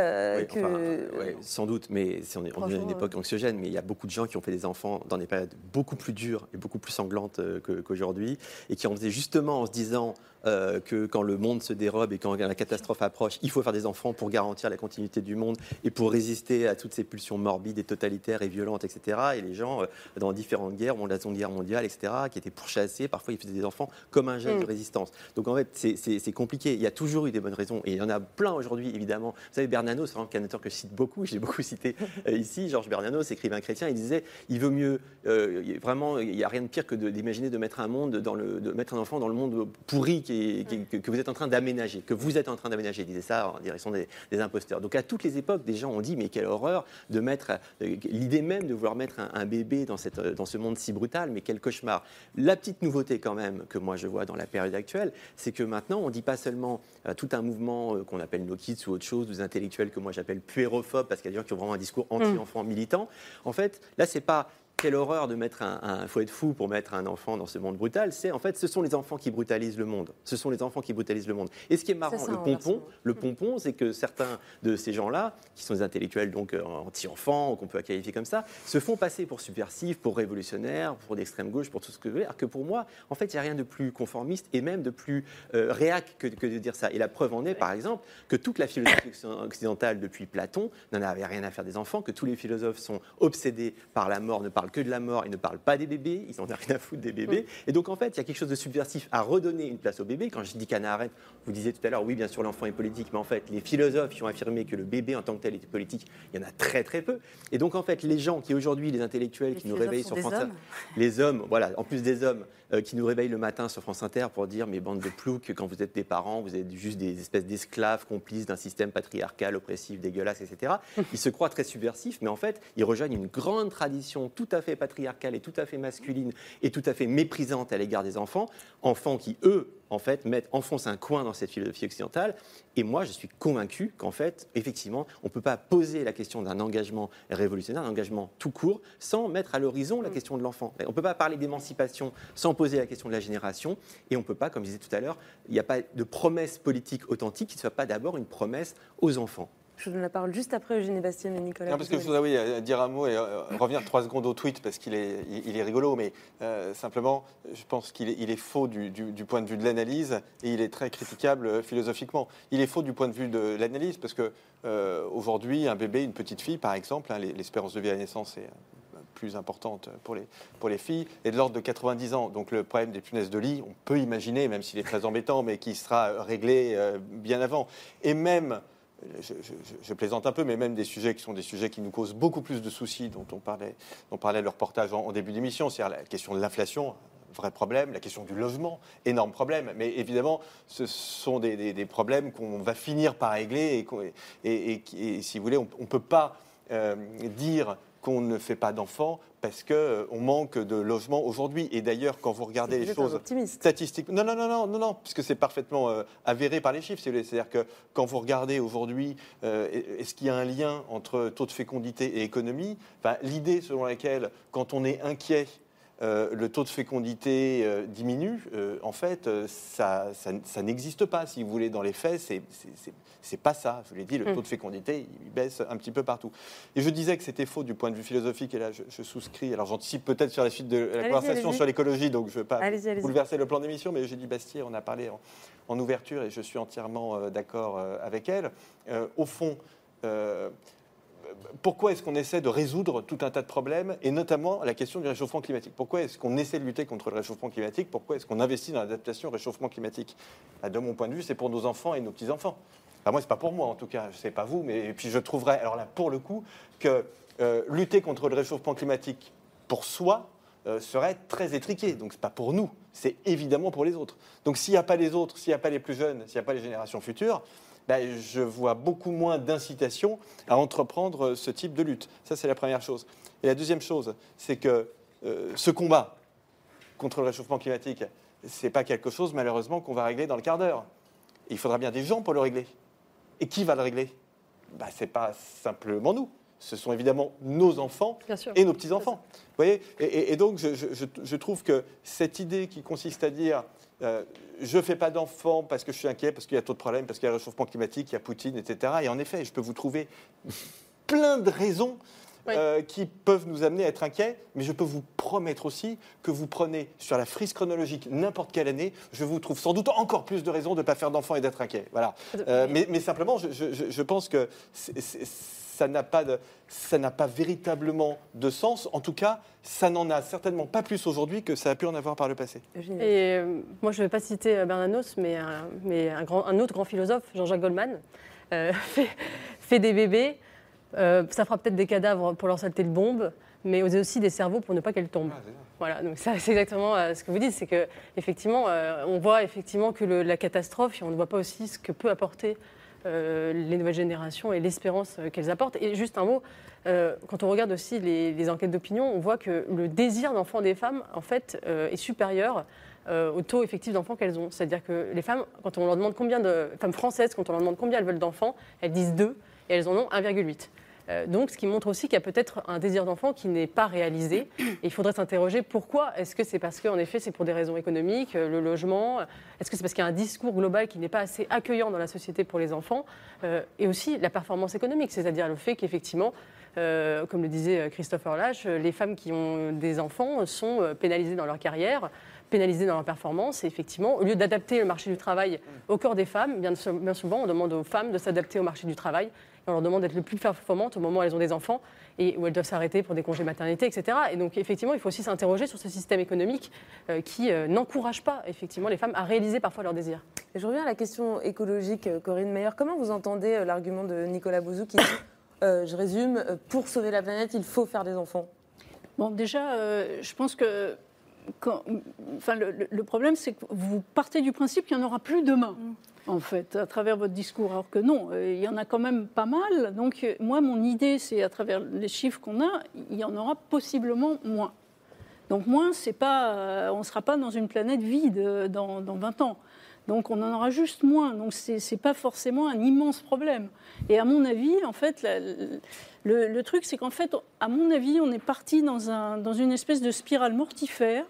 Speaker 19: sans doute, mais on est dans une époque anxiogène, mais il y a beaucoup de gens qui ont fait des enfants dans des périodes beaucoup plus dures et beaucoup plus sanglantes qu'aujourd'hui, et qui en faisaient justement en se disant que quand le monde se dérobe et quand la catastrophe approche, il faut faire des enfants pour garantir garantir la continuité du monde et pour résister à toutes ces pulsions morbides et totalitaires et violentes, etc. Et les gens, dans différentes guerres, la Seconde Guerre mondiale, etc., qui étaient pourchassés, parfois ils faisaient des enfants comme un geste de résistance. Donc en fait, c'est compliqué. Il y a toujours eu des bonnes raisons, et il y en a plein aujourd'hui, évidemment. Vous savez, Bernanos, c'est un auteur que je cite beaucoup, je l'ai beaucoup cité ici, Georges Bernanos, écrivain chrétien, il disait, il vaut mieux, vraiment, il n'y a rien de pire que d'imaginer de mettre de mettre un enfant dans le monde pourri que vous êtes en train d'aménager, il disait ça en direction des imposteurs. Donc à toutes les époques, des gens ont dit, mais quelle horreur de mettre, l'idée même de vouloir mettre un bébé dans ce monde si brutal, mais quel cauchemar. La petite nouveauté quand même que moi je vois dans la période actuelle, c'est que maintenant on ne dit pas seulement tout un mouvement qu'on appelle no kids ou autre chose, des intellectuels que moi j'appelle puérophobes, parce qu'il y a des gens qui ont vraiment un discours anti-enfant militant. En fait, là c'est pas quelle horreur de mettre faut être fou pour mettre un enfant dans ce monde brutal. En fait, ce sont les enfants qui brutalisent le monde. Et ce qui est marrant, le pompon, c'est que certains de ces gens-là, qui sont des intellectuels donc anti-enfants, qu'on peut qualifier comme ça, se font passer pour subversifs, pour révolutionnaires, pour d'extrême gauche, pour tout ce que vous voulez. Alors que pour moi, en fait, il n'y a rien de plus conformiste et même de plus réac que de dire ça. Et la preuve en est, par exemple, que toute la philosophie occidentale depuis Platon n'en avait rien à faire des enfants, que tous les philosophes sont obsédés par la mort, ne parlent que de la mort, ils ne parlent pas des bébés, ils n'en ont rien à foutre des bébés. Et donc en fait, il y a quelque chose de subversif à redonner une place au bébé. Quand je dis qu'Hannah Arendt, vous disiez tout à l'heure, oui, bien sûr, l'enfant est politique, mais en fait, les philosophes qui ont affirmé que le bébé en tant que tel était politique, il y en a très très peu. Et donc en fait, les gens qui aujourd'hui, les intellectuels qui nous réveillent sur France Inter, les hommes, voilà, en plus des hommes qui nous réveillent le matin sur France Inter pour dire, mais bande de ploucs, quand vous êtes des parents, vous êtes juste des espèces d'esclaves complices d'un système patriarcal, oppressif, dégueulasse, etc. Ils se croient très subversifs, mais en fait, ils rejoignent une grande tradition tout à fait patriarcale et tout à fait masculine et tout à fait méprisante à l'égard des enfants qui, eux, en fait, enfoncent un coin dans cette philosophie occidentale. Et moi, je suis convaincu qu'en fait, effectivement, on ne peut pas poser la question d'un engagement révolutionnaire, un engagement tout court, sans mettre à l'horizon la question de l'enfant. On ne peut pas parler d'émancipation sans poser la question de la génération. Et on ne peut pas, comme je disais tout à l'heure, il n'y a pas de promesse politique authentique qui ne soit pas d'abord une promesse aux enfants.
Speaker 2: Je vous donne la parole juste après Eugénie Bastienne et Nicolas.
Speaker 20: Non, parce que je voudrais dire un mot et revenir 3 secondes au tweet parce qu'il est rigolo, mais simplement, je pense qu'il est faux du point de vue de l'analyse et il est très critiquable philosophiquement. Il est faux du point de vue de l'analyse parce que aujourd'hui, un bébé, une petite fille, par exemple, l'espérance de vie à la naissance est plus importante pour les filles, est de l'ordre de 90 ans. Donc le problème des punaises de lit, on peut imaginer, même s'il est très embêtant, mais qui sera réglé bien avant. Et même... Je plaisante un peu, mais même des sujets qui sont des sujets qui nous causent beaucoup plus de soucis, dont parlait le reportage en début d'émission, c'est-à-dire la question de l'inflation, vrai problème, la question du logement, énorme problème. Mais évidemment, ce sont des problèmes qu'on va finir par régler et si vous voulez, on ne peut pas dire qu'on ne fait pas d'enfants parce qu'on manque de logements aujourd'hui. Et d'ailleurs, quand vous regardez les choses statistiques... Non, puisque c'est parfaitement avéré par les chiffres. C'est-à-dire que quand vous regardez aujourd'hui, est-ce qu'il y a un lien entre taux de fécondité et économie ? L'idée selon laquelle, quand on est inquiet, le taux de fécondité diminue, en fait, ça n'existe pas, si vous voulez, dans les faits, c'est pas ça. Je vous l'ai dit, le taux de fécondité, il baisse un petit peu partout. Et je disais que c'était faux du point de vue philosophique, et là, je souscris. Alors, j'anticipe peut-être sur la suite de la conversation sur l'écologie, donc je ne veux pas bouleverser le plan d'émission, mais Eugénie Bastier, on a parlé en ouverture, et je suis entièrement d'accord avec elle. Au fond... pourquoi est-ce qu'on essaie de résoudre tout un tas de problèmes, et notamment la question du réchauffement climatique ? Pourquoi est-ce qu'on essaie de lutter contre le réchauffement climatique ? Pourquoi est-ce qu'on investit dans l'adaptation au réchauffement climatique ? De mon point de vue, c'est pour nos enfants et nos petits-enfants. Moi, c'est pas pour moi, en tout cas, je ne sais pas vous, mais et puis je trouverais, alors là, pour le coup, que lutter contre le réchauffement climatique pour soi serait très étriqué. Donc, ce n'est pas pour nous, c'est évidemment pour les autres. Donc, s'il n'y a pas les autres, s'il n'y a pas les plus jeunes, s'il n'y a pas les générations futures, je vois beaucoup moins d'incitation à entreprendre ce type de lutte. Ça, c'est la première chose. Et la deuxième chose, c'est que ce combat contre le réchauffement climatique, ce n'est pas quelque chose, malheureusement, qu'on va régler dans le quart d'heure. Il faudra bien des gens pour le régler. Et qui va le régler ? Ce n'est pas simplement nous. Ce sont évidemment nos enfants et nos petits-enfants. Vous voyez ? Et donc, je trouve que cette idée qui consiste à dire je ne fais pas d'enfants parce que je suis inquiet, parce qu'il y a trop de problèmes, parce qu'il y a le réchauffement climatique, il y a Poutine, etc. Et en effet, je peux vous trouver plein de raisons qui peuvent nous amener à être inquiets, mais je peux vous promettre aussi que vous prenez sur la frise chronologique n'importe quelle année, je vous trouve sans doute encore plus de raisons de ne pas faire d'enfants et d'être inquiets. Voilà. Mais simplement, je pense que ça n'a pas véritablement de sens. En tout cas, ça n'en a certainement pas plus aujourd'hui que ça a pu en avoir par le passé.
Speaker 15: Et moi, je ne vais pas citer Bernanos, mais un autre grand philosophe, Jean-Jacques Goldman, fait des bébés. Ça fera peut-être des cadavres pour leur saleté de bombe, mais aussi des cerveaux pour ne pas qu'elles tombent. Voilà, donc ça, c'est exactement ce que vous dites, c'est qu'effectivement, on voit effectivement que la catastrophe, et on ne voit pas aussi ce que peut apporter les nouvelles générations et l'espérance qu'elles apportent. Et juste un mot, quand on regarde aussi les enquêtes d'opinion, on voit que le désir d'enfant des femmes, en fait, est supérieur au taux effectif d'enfants qu'elles ont. C'est-à-dire que les femmes, quand on leur demande combien de femmes françaises, quand on leur demande combien elles veulent d'enfants, elles disent 2 et elles en ont 1,8. Donc, ce qui montre aussi qu'il y a peut-être un désir d'enfant qui n'est pas réalisé. Et il faudrait s'interroger pourquoi. Est-ce que c'est parce qu'en effet, c'est pour des raisons économiques, le logement? Est-ce que c'est parce qu'il y a un discours global qui n'est pas assez accueillant dans la société pour les enfants? Et aussi la performance économique, c'est-à-dire le fait qu'effectivement, comme le disait Christopher Lasch, les femmes qui ont des enfants sont pénalisées dans leur carrière, pénalisées dans leur performance. Et effectivement, au lieu d'adapter le marché du travail au corps des femmes, bien souvent, on demande aux femmes de s'adapter au marché du travail. On leur demande d'être le plus performantes au moment où elles ont des enfants et où elles doivent s'arrêter pour des congés maternité, etc. Et donc, effectivement, il faut aussi s'interroger sur ce système économique qui n'encourage pas, effectivement, les femmes à réaliser parfois leurs désirs.
Speaker 2: Et je reviens à la question écologique, Corinne Meyer. Comment vous entendez l'argument de Nicolas Bouzou qui dit, je résume, pour sauver la planète, il faut faire des enfants?
Speaker 16: Bon, déjà, je pense que le problème, c'est que vous partez du principe qu'il n'y en aura plus demain. En fait, à travers votre discours, alors que non, il y en a quand même pas mal. Donc, moi, mon idée, c'est à travers les chiffres qu'on a, il y en aura possiblement moins. Donc, moins, c'est pas, on ne sera pas dans une planète vide dans 20 ans. Donc, on en aura juste moins. Donc, c'est pas forcément un immense problème. Et à mon avis, en fait, le truc, c'est qu'en fait, à mon avis, on est parti dans une espèce de spirale mortifère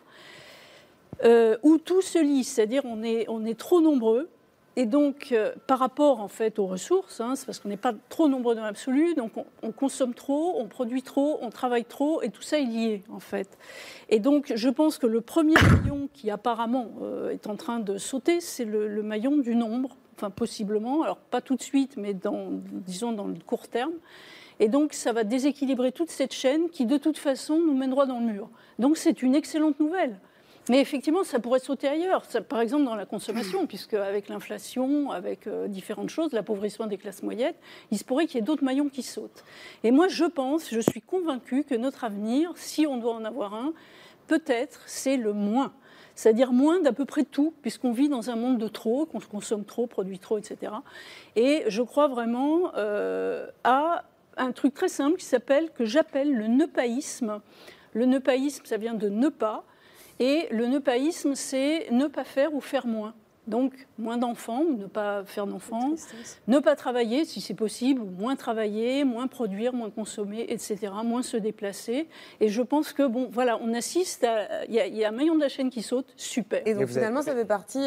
Speaker 16: où tout se lit. C'est-à-dire, on est trop nombreux. Et donc, par rapport en fait aux ressources, c'est parce qu'on n'est pas trop nombreux dans l'absolu, donc on consomme trop, on produit trop, on travaille trop, et tout ça est lié en fait. Et donc, je pense que le premier maillon qui apparemment est en train de sauter, c'est le maillon du nombre, enfin possiblement, alors pas tout de suite, mais disons dans le court terme. Et donc, ça va déséquilibrer toute cette chaîne qui, de toute façon, nous mène droit dans le mur. Donc, c'est une excellente nouvelle. Mais effectivement, ça pourrait sauter ailleurs, par exemple dans la consommation, puisque avec l'inflation, avec différentes choses, l'appauvrissement des classes moyennes, il se pourrait qu'il y ait d'autres maillons qui sautent. Et moi, je suis convaincue que notre avenir, si on doit en avoir un, peut-être c'est le moins. C'est-à-dire moins d'à peu près tout, puisqu'on vit dans un monde de trop, qu'on consomme trop, produit trop, etc. Et je crois vraiment à un truc très simple que j'appelle le neupaïsme. Le neupaïsme, ça vient de ne pas. Et le neupaïsme, c'est ne pas faire ou faire moins. Donc, moins d'enfants, ou ne pas faire d'enfants, ne pas travailler si c'est possible, ou moins travailler, moins produire, moins consommer, etc., moins se déplacer. Et je pense que, bon, voilà, on assiste à... Il y a un maillon de la chaîne qui saute, super.
Speaker 2: Et donc, finalement, ça fait partie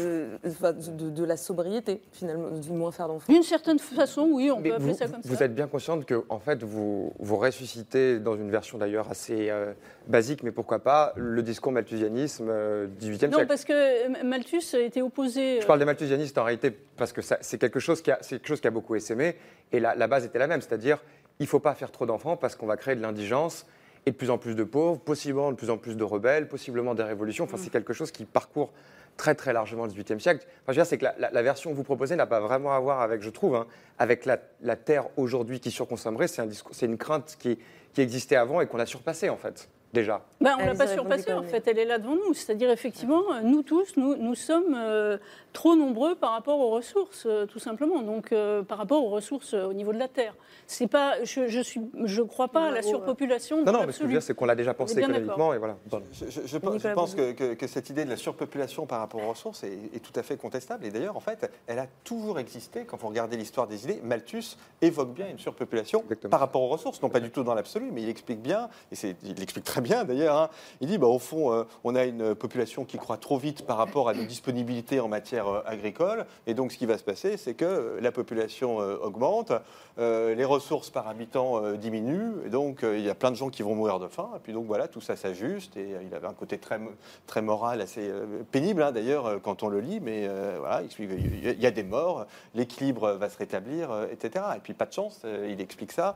Speaker 2: de la sobriété, finalement, du moins faire d'enfants.
Speaker 16: D'une certaine façon, oui, on peut appeler ça comme ça.
Speaker 21: Vous êtes bien consciente que, en fait, vous ressuscitez, dans une version d'ailleurs assez basique, mais pourquoi pas, le discours malthusianisme du XVIIIe siècle.
Speaker 16: Non, parce que Malthus a été opposé...
Speaker 21: Je parle des malthusianistes en réalité parce que c'est quelque chose qui a beaucoup essaimé et la base était la même, c'est-à-dire il ne faut pas faire trop d'enfants parce qu'on va créer de l'indigence et de plus en plus de pauvres, possiblement de plus en plus de rebelles, possiblement des révolutions. Enfin, c'est quelque chose qui parcourt très très largement le XVIIIe siècle. Enfin, je veux dire, c'est que la version que vous proposez n'a pas vraiment à voir avec, je trouve, avec la terre aujourd'hui qui surconsommerait. C'est une crainte qui existait avant et qu'on a surpassée en fait. Déjà.
Speaker 16: On ne l'a pas surpassée, en fait, elle est là devant nous. C'est-à-dire, effectivement, nous tous, nous sommes trop nombreux par rapport aux ressources, tout simplement. Donc, par rapport aux ressources au niveau de la Terre. C'est pas, je crois pas à la surpopulation.
Speaker 21: Non, mais ce que je veux dire, c'est qu'on l'a déjà pensé économiquement. Et voilà.
Speaker 20: Je pense que cette idée de la surpopulation par rapport aux ressources est tout à fait contestable. Et d'ailleurs, en fait, elle a toujours existé. Quand vous regardez l'histoire des idées, Malthus évoque bien une surpopulation par rapport aux ressources. Non pas du tout dans l'absolu, mais il explique bien, et il explique très très bien d'ailleurs. Hein. Il dit, au fond, on a une population qui croît trop vite par rapport à nos disponibilités en matière agricole. Et donc, ce qui va se passer, c'est que la population augmente, les ressources par habitant diminuent. Et donc, il y a plein de gens qui vont mourir de faim. Et puis, donc, voilà, tout ça s'ajuste. Et il avait un côté très, très moral, assez pénible, hein, d'ailleurs, quand on le lit. Mais voilà, il y a des morts, l'équilibre va se rétablir, etc. Et puis, pas de chance, il explique ça.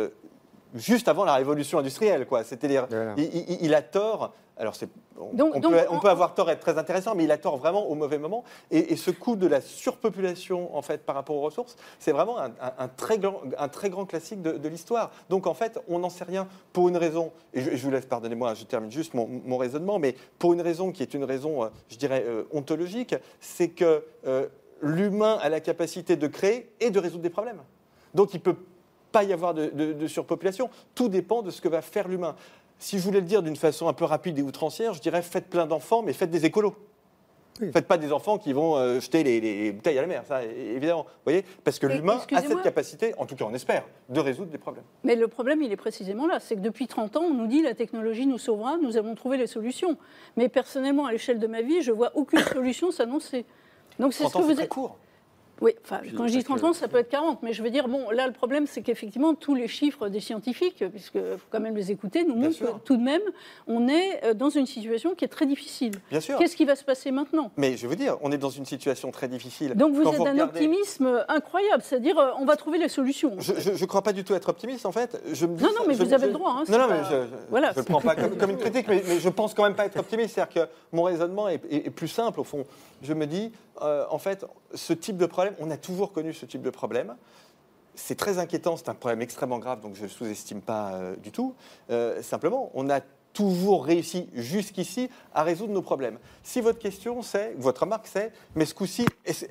Speaker 20: Juste avant la révolution industrielle, quoi. C'est-à-dire, il a tort. Alors, on peut avoir tort et être très intéressant, mais il a tort vraiment au mauvais moment. Et ce coup de la surpopulation, en fait, par rapport aux ressources, c'est vraiment un très grand classique de l'histoire. Donc, en fait, on n'en sait rien pour une raison. Et je vous laisse, pardonnez-moi, je termine juste mon raisonnement, mais pour une raison qui est une raison, je dirais, ontologique, c'est que l'humain a la capacité de créer et de résoudre des problèmes. Donc, il peut pas y avoir de surpopulation. Tout dépend de ce que va faire l'humain. Si je voulais le dire d'une façon un peu rapide et outrancière, je dirais faites plein d'enfants, mais faites des écolos. Oui. Faites pas des enfants qui vont jeter les bouteilles à la mer, ça, évidemment. Vous voyez, parce que l'humain a cette capacité, en tout cas on espère, de résoudre des problèmes.
Speaker 16: Mais le problème, il est précisément là. C'est que depuis 30 ans, on nous dit la technologie nous sauvera, nous avons trouvé les solutions. Mais personnellement, à l'échelle de ma vie, je vois aucune solution s'annoncer. Donc c'est ce que vous êtes. Court. Oui, enfin, quand je dis 30 ans, ça peut être 40, mais je veux dire, là, le problème, c'est qu'effectivement, tous les chiffres des scientifiques, puisqu'il faut quand même les écouter, nous montrent que tout de même, on est dans une situation qui est très difficile. Bien sûr. Qu'est-ce qui va se passer maintenant ?
Speaker 20: Mais je veux dire, on est dans une situation très difficile.
Speaker 16: Donc vous êtes d'un optimisme incroyable, c'est-à-dire, on va trouver les solutions.
Speaker 20: Je ne crois pas du tout être optimiste, en fait.
Speaker 16: Non, mais vous avez le droit. Hein,
Speaker 20: non, mais je ne le prends pas comme une critique, mais je pense quand même pas être optimiste. C'est-à-dire que mon raisonnement est plus simple, au fond. Je me dis, en fait, ce type de problème, on a toujours connu ce type de problème. C'est très inquiétant, c'est un problème extrêmement grave, donc je ne le sous-estime pas du tout. Simplement, on a toujours réussi jusqu'ici à résoudre nos problèmes. Si votre question c'est, votre remarque c'est, mais ce coup-ci,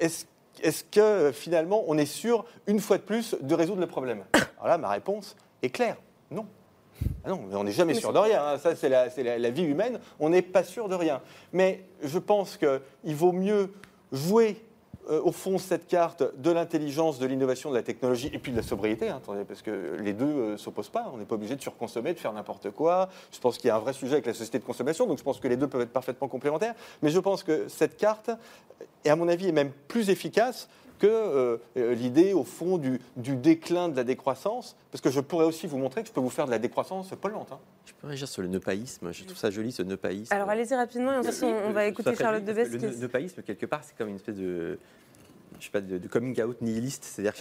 Speaker 20: est-ce que finalement on est sûr, une fois de plus, de résoudre le problème ? Alors là, ma réponse est claire, non. Ah non, on n'est jamais sûr de rien, hein. Ça c'est la vie humaine, on n'est pas sûr de rien. Mais je pense qu'il vaut mieux jouer au fond cette carte de l'intelligence, de l'innovation, de la technologie et puis de la sobriété, hein, attendez, parce que les deux ne s'opposent pas, on n'est pas obligé de surconsommer, de faire n'importe quoi. Je pense qu'il y a un vrai sujet avec la société de consommation, donc je pense que les deux peuvent être parfaitement complémentaires, mais je pense que cette carte, et à mon avis, est même plus efficace que l'idée, au fond, du déclin de la décroissance, parce que je pourrais aussi vous montrer que je peux vous faire de la décroissance polluante. Hein.
Speaker 19: Je peux réagir sur le neupaïsme, je trouve ça joli, ce neupaïsme.
Speaker 2: Alors allez-y rapidement, et ensuite on va écouter Charlotte Debesse.
Speaker 19: Le neupaïsme, quelque part, c'est comme une espèce de... je sais pas, de coming out nihiliste, c'est-à-dire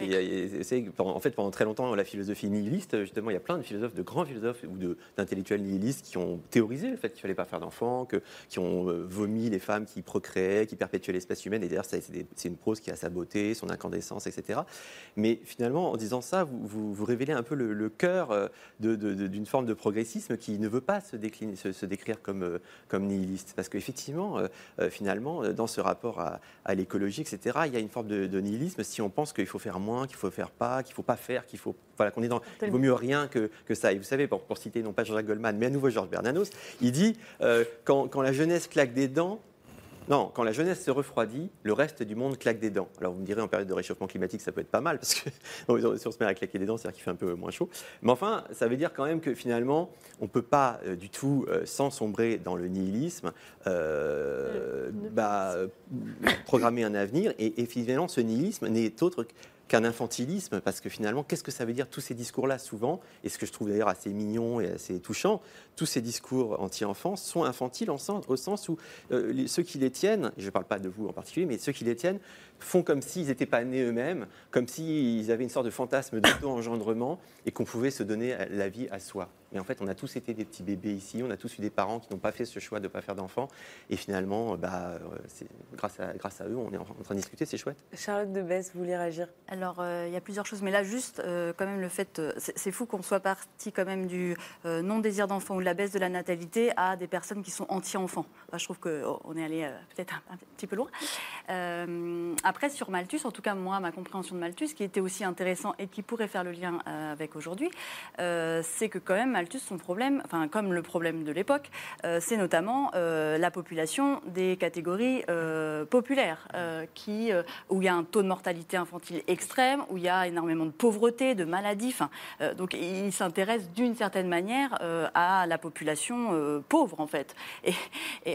Speaker 19: qu'en fait pendant très longtemps la philosophie nihiliste, justement il y a plein de philosophes, de grands philosophes ou d'intellectuels nihilistes qui ont théorisé le fait qu'il fallait pas faire d'enfants, qui ont vomi les femmes qui procréaient, qui perpétuaient l'espèce humaine, et d'ailleurs c'est une prose qui a sa beauté, son incandescence, etc. Mais finalement en disant ça, vous révélez un peu le cœur d'une forme de progressisme qui ne veut pas se décrire comme nihiliste, parce qu'effectivement finalement dans ce rapport à l'écologie, etc., il y a une forme de nihilisme si on pense qu'il faut faire moins, qu'il faut faire pas, qu'il faut pas faire, qu'il faut qu'on est dans il vaut mieux rien que ça. Et vous savez, pour citer non pas Jean-Jacques Goldman mais à nouveau Georges Bernanos, il dit quand la jeunesse claque des dents. Non, quand la jeunesse se refroidit, le reste du monde claque des dents. Alors vous me direz, en période de réchauffement climatique, ça peut être pas mal, parce que si on se met à claquer des dents, c'est-à-dire qu'il fait un peu moins chaud. Mais enfin, ça veut dire quand même que finalement, on ne peut pas du tout, sans sombrer dans le nihilisme, programmer un avenir. Et finalement, ce nihilisme n'est autre qu'un infantilisme, parce que finalement, qu'est-ce que ça veut dire tous ces discours-là, souvent, et ce que je trouve d'ailleurs assez mignon et assez touchant, tous ces discours anti-enfants sont infantiles au sens où ceux qui les tiennent, et je ne parle pas de vous en particulier, mais ceux qui les tiennent font comme s'ils n'étaient pas nés eux-mêmes, comme s'ils avaient une sorte de fantasme d'auto-engendrement et qu'on pouvait se donner la vie à soi. Mais en fait, on a tous été des petits bébés ici, on a tous eu des parents qui n'ont pas fait ce choix de ne pas faire d'enfants, et finalement, grâce à eux, on est en train de discuter, c'est chouette.
Speaker 2: Charlotte Debesse, vous voulez réagir ?
Speaker 18: Alors, il y a plusieurs choses, mais là, juste, quand même, le fait, c'est fou qu'on soit parti quand même du non-désir d'enfant ou de la baisse de la natalité à des personnes qui sont anti-enfants. Enfin, je trouve qu'on est allé peut-être un petit peu loin. Après, sur Malthus, en tout cas, moi, ma compréhension de Malthus, qui était aussi intéressant et qui pourrait faire le lien avec aujourd'hui, c'est que quand même, Malthus, son problème, enfin comme le problème de l'époque, c'est notamment la population des catégories populaires, où il y a un taux de mortalité infantile extrême, où il y a énormément de pauvreté, de maladies. Donc il s'intéresse d'une certaine manière à la population pauvre, en fait. Et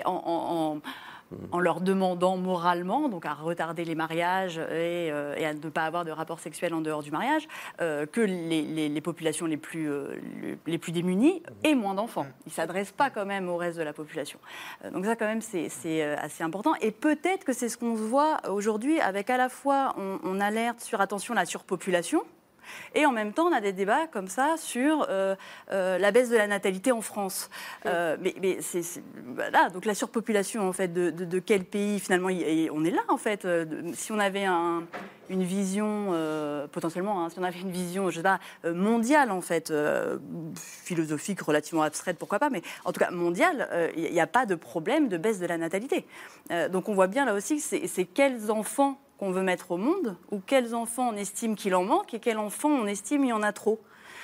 Speaker 18: en leur demandant moralement, donc à retarder les mariages et à ne pas avoir de rapports sexuels en dehors du mariage, que les populations les plus démunies aient moins d'enfants. Ils ne s'adressent pas quand même au reste de la population. Donc ça, quand même, c'est assez important. Et peut-être que c'est ce qu'on voit aujourd'hui avec à la fois, on alerte sur, attention, la surpopulation, et en même temps, on a des débats comme ça sur la baisse de la natalité en France. Mais voilà, donc la surpopulation, en fait, de quel pays, finalement, on est là, en fait. Si on avait une vision, potentiellement, si on avait une vision, je sais pas, mondiale, en fait, philosophique, relativement abstraite, pourquoi pas, mais en tout cas mondiale, il n'y a pas de problème de baisse de la natalité. Donc on voit bien, là aussi, c'est quels enfants qu'on veut mettre au monde, ou quels enfants on estime qu'il en manque, et quels enfants on estime il y en a trop.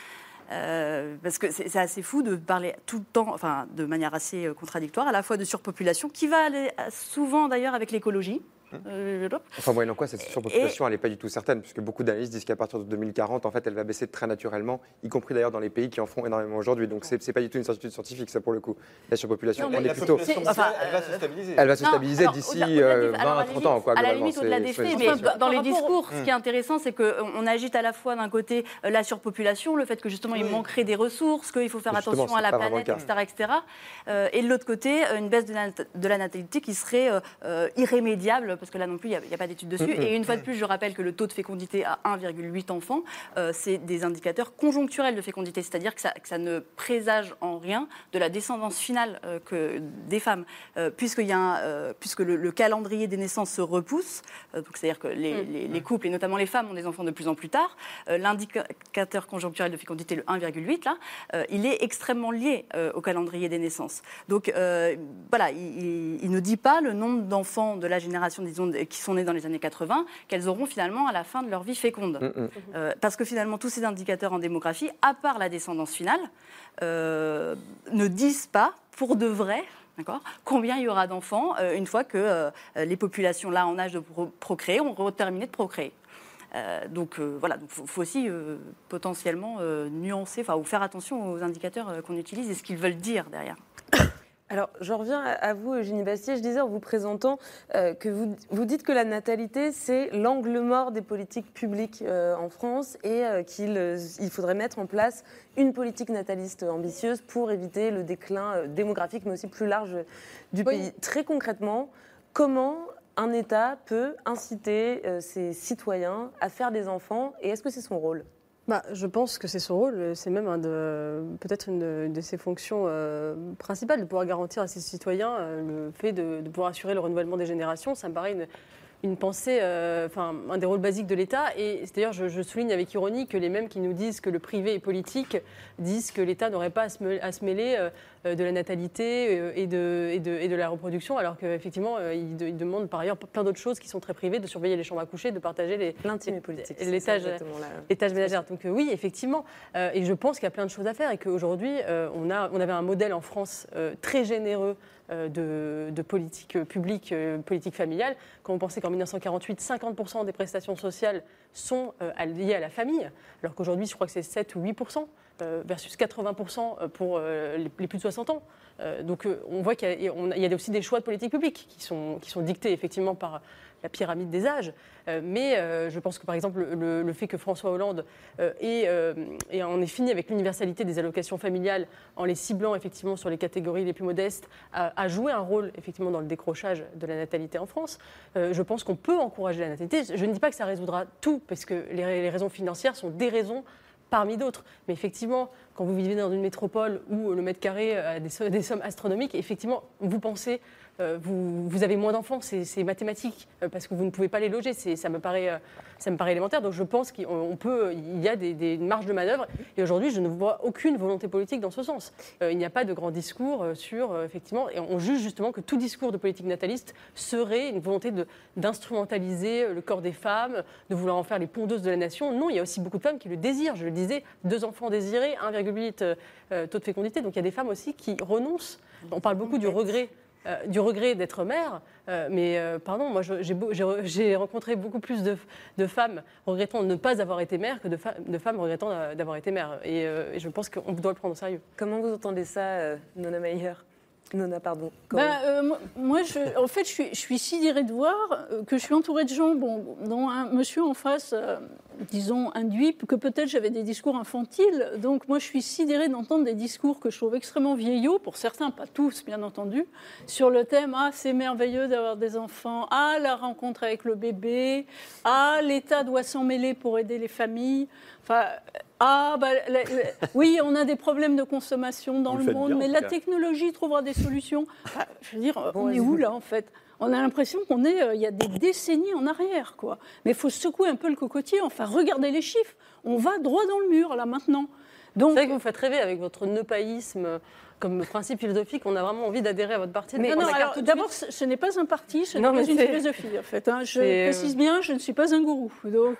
Speaker 18: Parce que c'est assez fou de parler tout le temps, enfin de manière assez contradictoire, à la fois de surpopulation, qui va aller souvent d'ailleurs avec l'écologie.
Speaker 21: Enfin, moyennant quoi, cette surpopulation, elle n'est pas du tout certaine, puisque beaucoup d'analystes disent qu'à partir de 2040, en fait, elle va baisser très naturellement, y compris d'ailleurs dans les pays qui en font énormément aujourd'hui. Donc, c'est pas du tout une certitude scientifique, ça, pour le coup. La surpopulation,
Speaker 20: elle va se stabiliser.
Speaker 21: Elle va se stabiliser d'ici 20 à 30 ans, quoi,
Speaker 18: à la limite, au-delà des faits, mais dans les discours, ce qui est intéressant, c'est qu'on agite à la fois, d'un côté, la surpopulation, le fait que, justement, il manquerait des ressources, qu'il faut faire attention à la planète, etc. Et de l'autre côté, une baisse de la natalité qui serait irrémédiable, parce que là non plus, il n'y a pas d'études dessus. Et une fois de plus, je rappelle que le taux de fécondité à 1,8 enfants, c'est des indicateurs conjoncturels de fécondité, c'est-à-dire que ça ne présage en rien de la descendance finale des femmes, puisque le calendrier des naissances se repousse, donc c'est-à-dire que les couples, et notamment les femmes, ont des enfants de plus en plus tard. L'indicateur conjoncturel de fécondité, le 1,8, là, il est extrêmement lié au calendrier des naissances. Donc voilà, il ne dit pas le nombre d'enfants de la génération, disons, qui sont nés dans les années 80, qu'elles auront finalement à la fin de leur vie féconde. Parce que finalement, tous ces indicateurs en démographie, à part la descendance finale, ne disent pas, pour de vrai, combien il y aura d'enfants une fois que les populations là en âge de procréer ont terminé de procréer. Donc voilà, il faut aussi potentiellement nuancer, ou faire attention aux indicateurs qu'on utilise et ce qu'ils veulent dire derrière.
Speaker 2: Alors, je reviens à vous, Eugénie Bastier. Je disais en vous présentant que vous dites que la natalité, c'est l'angle mort des politiques publiques en France et qu'il faudrait mettre en place une politique nataliste ambitieuse pour éviter le déclin démographique, mais aussi plus large du pays. Très concrètement, comment un État peut inciter ses citoyens à faire des enfants et est-ce que c'est son rôle ?
Speaker 15: Je pense que c'est son rôle, c'est même peut-être une de ses fonctions principales, de pouvoir garantir à ses citoyens le fait de pouvoir assurer le renouvellement des générations. Ça me paraît une pensée, un des rôles basiques de l'État. Et d'ailleurs, je souligne avec ironie que les mêmes qui nous disent que le privé est politique disent que l'État n'aurait pas à se mêler de la natalité et de la reproduction, alors qu'effectivement, ils demandent par ailleurs plein d'autres choses qui sont très privées, de surveiller les chambres à coucher, de partager
Speaker 2: l'intime et politique,
Speaker 15: les tâches ménagères. Donc oui, effectivement. Et je pense qu'il y a plein de choses à faire et qu'aujourd'hui, on avait un modèle en France très généreux de politique publique, politique familiale. Quand on pensait qu'en 1948, 50% des prestations sociales sont liées à la famille, alors qu'aujourd'hui, je crois que c'est 7 ou 8%, versus 80% pour les plus de 60 ans. Donc on voit qu'il y a aussi des choix de politique publique qui sont dictés effectivement par la pyramide des âges. Mais je pense que par exemple le fait que François Hollande en ait fini avec l'universalité des allocations familiales en les ciblant effectivement sur les catégories les plus modestes a joué un rôle effectivement dans le décrochage de la natalité en France. Je pense qu'on peut encourager la natalité. Je ne dis pas que ça résoudra tout parce que les raisons financières sont des raisons parmi d'autres. Mais effectivement, quand vous vivez dans une métropole où le mètre carré a des sommes astronomiques, effectivement, vous pensez vous avez moins d'enfants, c'est mathématique, parce que vous ne pouvez pas les loger. Ça me paraît élémentaire. Donc je pense qu'il y a des marges de manœuvre. Et aujourd'hui, je ne vois aucune volonté politique dans ce sens. Il n'y a pas de grand discours sur, effectivement, et on juge justement que tout discours de politique nataliste serait une volonté d'instrumentaliser le corps des femmes, de vouloir en faire les pondeuses de la nation. Non, il y a aussi beaucoup de femmes qui le désirent. Je le disais, 2 enfants désirés, 1,8 taux de fécondité. Donc il y a des femmes aussi qui renoncent. On parle beaucoup du regret d'être mère, mais pardon, moi j'ai rencontré beaucoup plus de femmes regrettant de ne pas avoir été mère que de femmes regrettant d'avoir été mère. Et je pense qu'on doit le prendre au sérieux.
Speaker 2: Comment vous entendez ça, Nona Meyer ? Nona, pardon.
Speaker 16: Moi, en fait, je suis sidérée de voir que je suis entourée de gens, dont un monsieur en face, disons, induit que peut-être j'avais des discours infantiles. Donc, moi, je suis sidérée d'entendre des discours que je trouve extrêmement vieillots, pour certains, pas tous, bien entendu, sur le thème « Ah, c'est merveilleux d'avoir des enfants. Ah, la rencontre avec le bébé. Ah, l'État doit s'en mêler pour aider les familles. » Enfin, oui, on a des problèmes de consommation dans le monde, mais la technologie trouvera des solutions. Enfin, je veux dire, on est où là en fait ? On a l'impression qu'on est, il y a des décennies en arrière, quoi. Mais il faut secouer un peu le cocotier. Enfin, regardez les chiffres. On va droit dans le mur là maintenant.
Speaker 15: Donc, c'est vrai que vous faites rêver avec votre neupaïsme comme principe philosophique. On a vraiment envie d'adhérer à votre parti.
Speaker 16: Mais non, alors, d'abord, ce n'est pas un parti, ce n'est pas une philosophie, en fait. Hein. Je précise bien, je ne suis pas un gourou. Donc,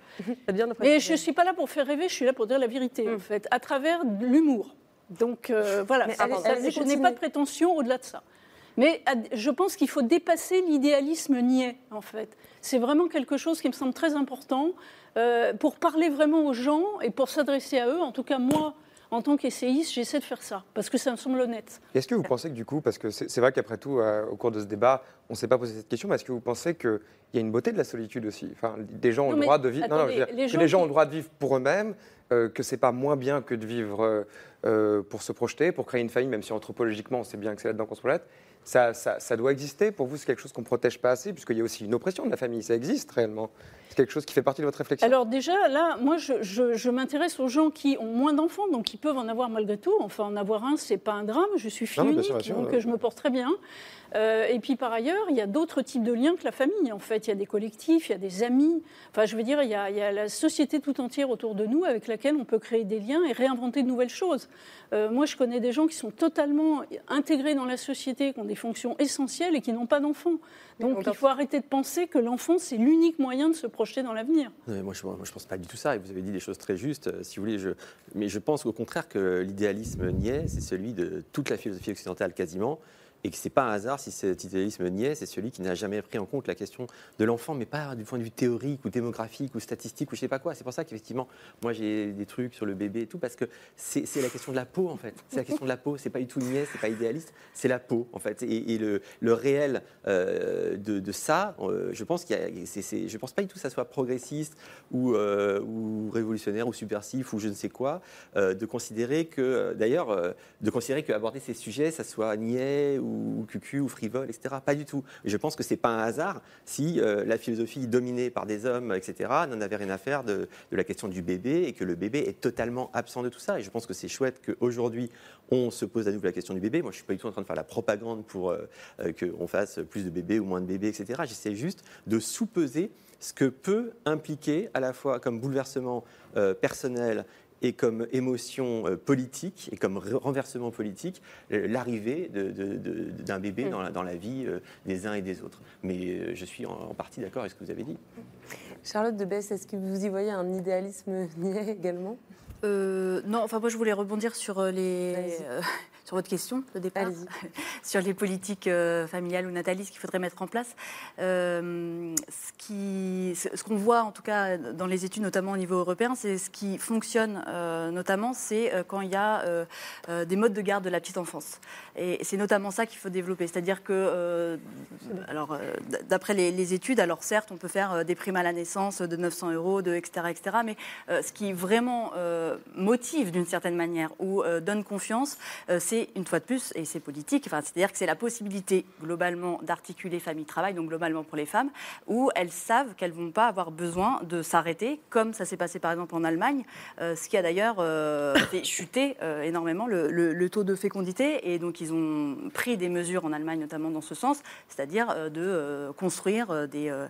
Speaker 16: mais je ne suis pas là pour faire rêver, je suis là pour dire la vérité, en fait, à travers l'humour. Donc, voilà, je n'ai pas de prétention au-delà de ça. Mais je pense qu'il faut dépasser l'idéalisme niais, en fait. C'est vraiment quelque chose qui me semble très important pour parler vraiment aux gens et pour s'adresser à eux. En tout cas, moi, en tant qu'essayiste, j'essaie de faire ça, parce que ça me semble honnête.
Speaker 21: Est-ce que vous pensez que du coup, parce que c'est vrai qu'après tout, au cours de ce débat, on ne s'est pas posé cette question, mais est-ce que vous pensez qu'il y a une beauté de la solitude aussi ? Enfin, des gens ont le droit de vivre. Les gens ont le droit de vivre pour eux-mêmes, que c'est pas moins bien que de vivre pour se projeter, pour créer une famille, même si anthropologiquement, on sait bien que c'est là-dedans qu'on se projette. Ça doit exister. Pour vous, c'est quelque chose qu'on ne protège pas assez, puisqu'il y a aussi une oppression de la famille. Ça existe réellement. C'est quelque chose qui fait partie de votre réflexion.
Speaker 16: Alors déjà, là, moi, je m'intéresse aux gens qui ont moins d'enfants, donc qui peuvent en avoir malgré tout. Enfin, en avoir un, c'est pas un drame. Je suis fille unique, donc je me porte très bien. Et puis par ailleurs, il y a d'autres types de liens que la famille. En fait, il y a des collectifs, il y a des amis. Enfin, je veux dire, il y a la société tout entière autour de nous avec laquelle on peut créer des liens et réinventer de nouvelles choses. Moi, je connais des gens qui sont totalement intégrés dans la société, qui ont des fonctions essentielles et qui n'ont pas d'enfants. Donc, il faut arrêter de penser que l'enfant, c'est l'unique moyen de se projeter dans l'avenir.
Speaker 19: Moi, je ne pense pas du tout ça. Et vous avez dit des choses très justes, si vous voulez. Mais je pense au contraire que l'idéalisme niais, c'est celui de toute la philosophie occidentale quasiment. Et que ce n'est pas un hasard si cet idéalisme niais, c'est celui qui n'a jamais pris en compte la question de l'enfant, mais pas du point de vue théorique ou démographique ou statistique ou je ne sais pas quoi. C'est pour ça qu'effectivement, moi j'ai des trucs sur le bébé et tout, parce que c'est la question de la peau en fait. C'est la question de la peau, c'est pas du tout niais, c'est pas idéaliste, c'est la peau en fait. Et le réel de ça, je pense je pense pas du tout que ça soit progressiste ou révolutionnaire ou subversif ou je ne sais quoi, de considérer que, d'ailleurs, qu'aborder ces sujets, ça soit niais ou cucu ou frivole, etc. Pas du tout. Et je pense que c'est pas un hasard si la philosophie dominée par des hommes, etc., n'en avait rien à faire de la question du bébé et que le bébé est totalement absent de tout ça. Et je pense que c'est chouette qu'aujourd'hui, on se pose à nouveau la question du bébé. Moi, je ne suis pas du tout en train de faire la propagande pour qu'on fasse plus de bébés ou moins de bébés, etc. J'essaie juste de sous-peser ce que peut impliquer à la fois comme bouleversement personnel et comme émotion politique et comme renversement politique, l'arrivée d'un bébé dans la vie des uns et des autres. Mais je suis en partie d'accord avec ce que vous avez dit.
Speaker 2: Charlotte de Besse, est-ce que vous y voyez un idéalisme niais également ?
Speaker 18: Non, enfin moi je voulais rebondir sur sur votre question de départ, sur les politiques familiales ou natalistes qu'il faudrait mettre en place. Ce qu'on voit en tout cas dans les études, notamment au niveau européen, c'est ce qui fonctionne notamment, c'est quand il y a des modes de garde de la petite enfance. Et c'est notamment ça qu'il faut développer. C'est-à-dire que, d'après les études, alors certes, on peut faire des primes à la naissance de 900 €, etc., mais ce qui vraiment motive d'une certaine manière ou donne confiance, c'est c'est, une fois de plus, et c'est politique, c'est-à-dire que c'est la possibilité globalement d'articuler famille-travail, donc globalement pour les femmes, où elles savent qu'elles ne vont pas avoir besoin de s'arrêter, comme ça s'est passé par exemple en Allemagne, ce qui a d'ailleurs fait chuter énormément le taux de fécondité. Et donc ils ont pris des mesures en Allemagne, notamment dans ce sens, c'est-à-dire de construire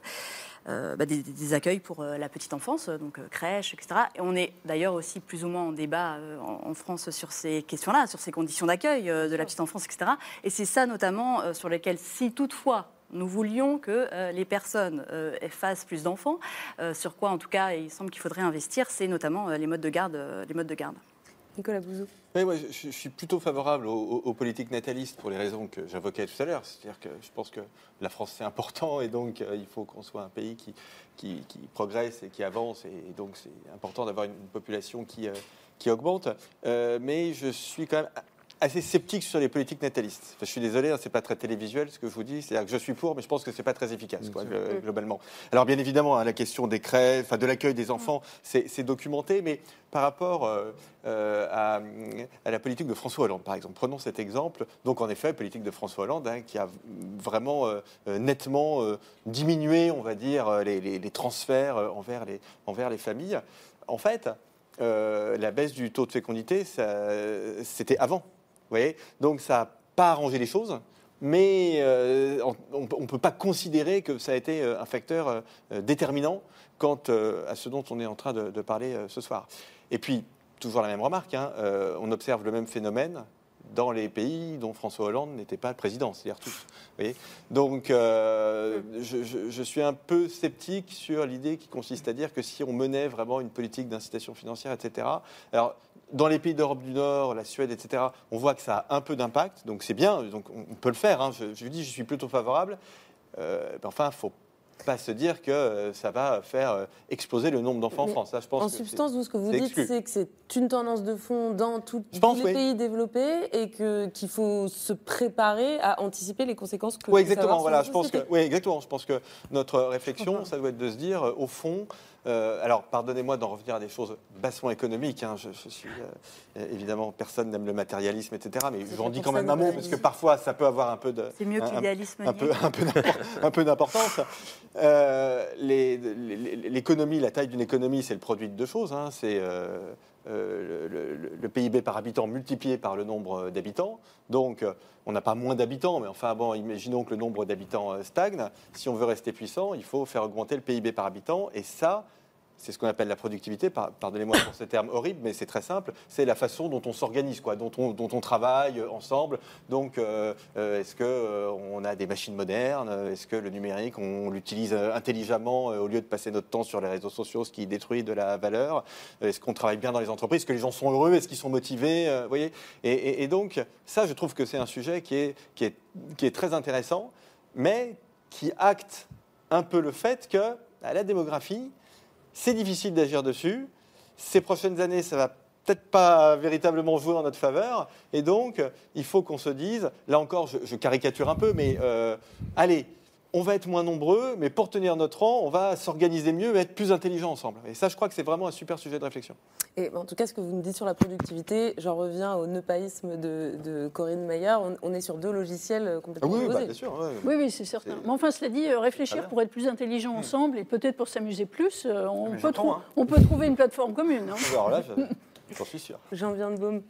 Speaker 18: des accueils pour la petite enfance, donc crèches, etc. Et on est d'ailleurs aussi plus ou moins en débat en France sur ces questions-là, sur ces conditions d'accueil de la petite enfance, etc. Et c'est ça notamment sur lesquels, si toutefois nous voulions que les personnes fassent plus d'enfants, sur quoi en tout cas il semble qu'il faudrait investir, c'est notamment les modes de garde.
Speaker 2: Nicolas Bouzou.
Speaker 20: Oui, moi, je suis plutôt favorable aux politiques natalistes pour les raisons que j'invoquais tout à l'heure. C'est-à-dire que je pense que la France, c'est important et donc il faut qu'on soit un pays qui progresse et qui avance. Et donc, c'est important d'avoir une population qui augmente. Mais je suis quand même assez sceptique sur les politiques natalistes. Enfin, je suis désolé, c'est pas très télévisuel ce que je vous dis. C'est-à-dire que je suis pour, mais je pense que c'est pas très efficace, globalement. Alors, bien évidemment, la question des crèches, de l'accueil des enfants, c'est documenté, mais par rapport à la politique de François Hollande, par exemple. Prenons cet exemple. Donc, en effet, politique de François Hollande, qui a vraiment nettement diminué, on va dire, les transferts envers les familles. En fait, la baisse du taux de fécondité, c'était avant. Vous voyez, donc, ça n'a pas arrangé les choses. Mais on ne peut pas considérer que ça a été un facteur déterminant quant à ce dont on est en train de parler ce soir. Et puis, toujours la même remarque, on observe le même phénomène dans les pays dont François Hollande n'était pas le président, c'est-à-dire tous. Vous voyez, donc, je suis un peu sceptique sur l'idée qui consiste à dire que si on menait vraiment une politique d'incitation financière, etc. Alors, dans les pays d'Europe du Nord, la Suède, etc., on voit que ça a un peu d'impact, donc c'est bien, donc on peut le faire. Je vous dis, je suis plutôt favorable. Enfin, il ne faut pas se dire que ça va faire exploser le nombre d'enfants en France. Ça, je pense
Speaker 2: en substance, vous, ce que vous dites, c'est que c'est une tendance de fond dans tous les pays développés et qu'il faut se préparer à anticiper les conséquences que
Speaker 20: oui, exactement. Voilà, je pense que notre réflexion, ça doit être de se dire, au fond, alors, pardonnez-moi d'en revenir à des choses bassement économiques. Je suis évidemment, personne n'aime le matérialisme, etc. Mais j'en dis quand même un mot parce que parfois, ça peut avoir un peu de.
Speaker 18: C'est mieux que l'idéalisme.
Speaker 20: Un peu d'importance. L'économie, la taille d'une économie, c'est le produit de deux choses. C'est le PIB par habitant multiplié par le nombre d'habitants. Donc, on n'a pas moins d'habitants, mais enfin, bon, imaginons que le nombre d'habitants stagne. Si on veut rester puissant, il faut faire augmenter le PIB par habitant. Et ça, c'est ce qu'on appelle la productivité. Pardonnez-moi pour ce terme horrible, mais c'est très simple. C'est la façon dont on s'organise, dont on travaille ensemble. Donc, est-ce qu'on a des machines modernes? Est-ce que le numérique, on l'utilise intelligemment au lieu de passer notre temps sur les réseaux sociaux, ce qui détruit de la valeur? Est-ce qu'on travaille bien dans les entreprises? Est-ce que les gens sont heureux? Est-ce qu'ils sont motivés? Vous voyez, et donc, ça, je trouve que c'est un sujet qui est très intéressant, mais qui acte un peu le fait que la démographie, c'est difficile d'agir dessus. Ces prochaines années, ça va peut-être pas véritablement jouer en notre faveur. Et donc, il faut qu'on se dise, là encore, je caricature un peu, mais allez, on va être moins nombreux, mais pour tenir notre rang, on va s'organiser mieux et être plus intelligents ensemble. Et ça, je crois que c'est vraiment un super sujet de réflexion.
Speaker 2: Et en tout cas, ce que vous nous dites sur la productivité, j'en reviens au neupaïsme de Corinne Maillard. On est sur deux logiciels complètement opposés.
Speaker 20: Bien sûr.
Speaker 16: Oui, c'est certain. Mais enfin, cela dit, réfléchir pour être plus intelligents ensemble et peut-être pour s'amuser plus, on peut trouver une plateforme commune.
Speaker 20: Alors là, j'en suis sûr.
Speaker 2: Jean Viendebaume.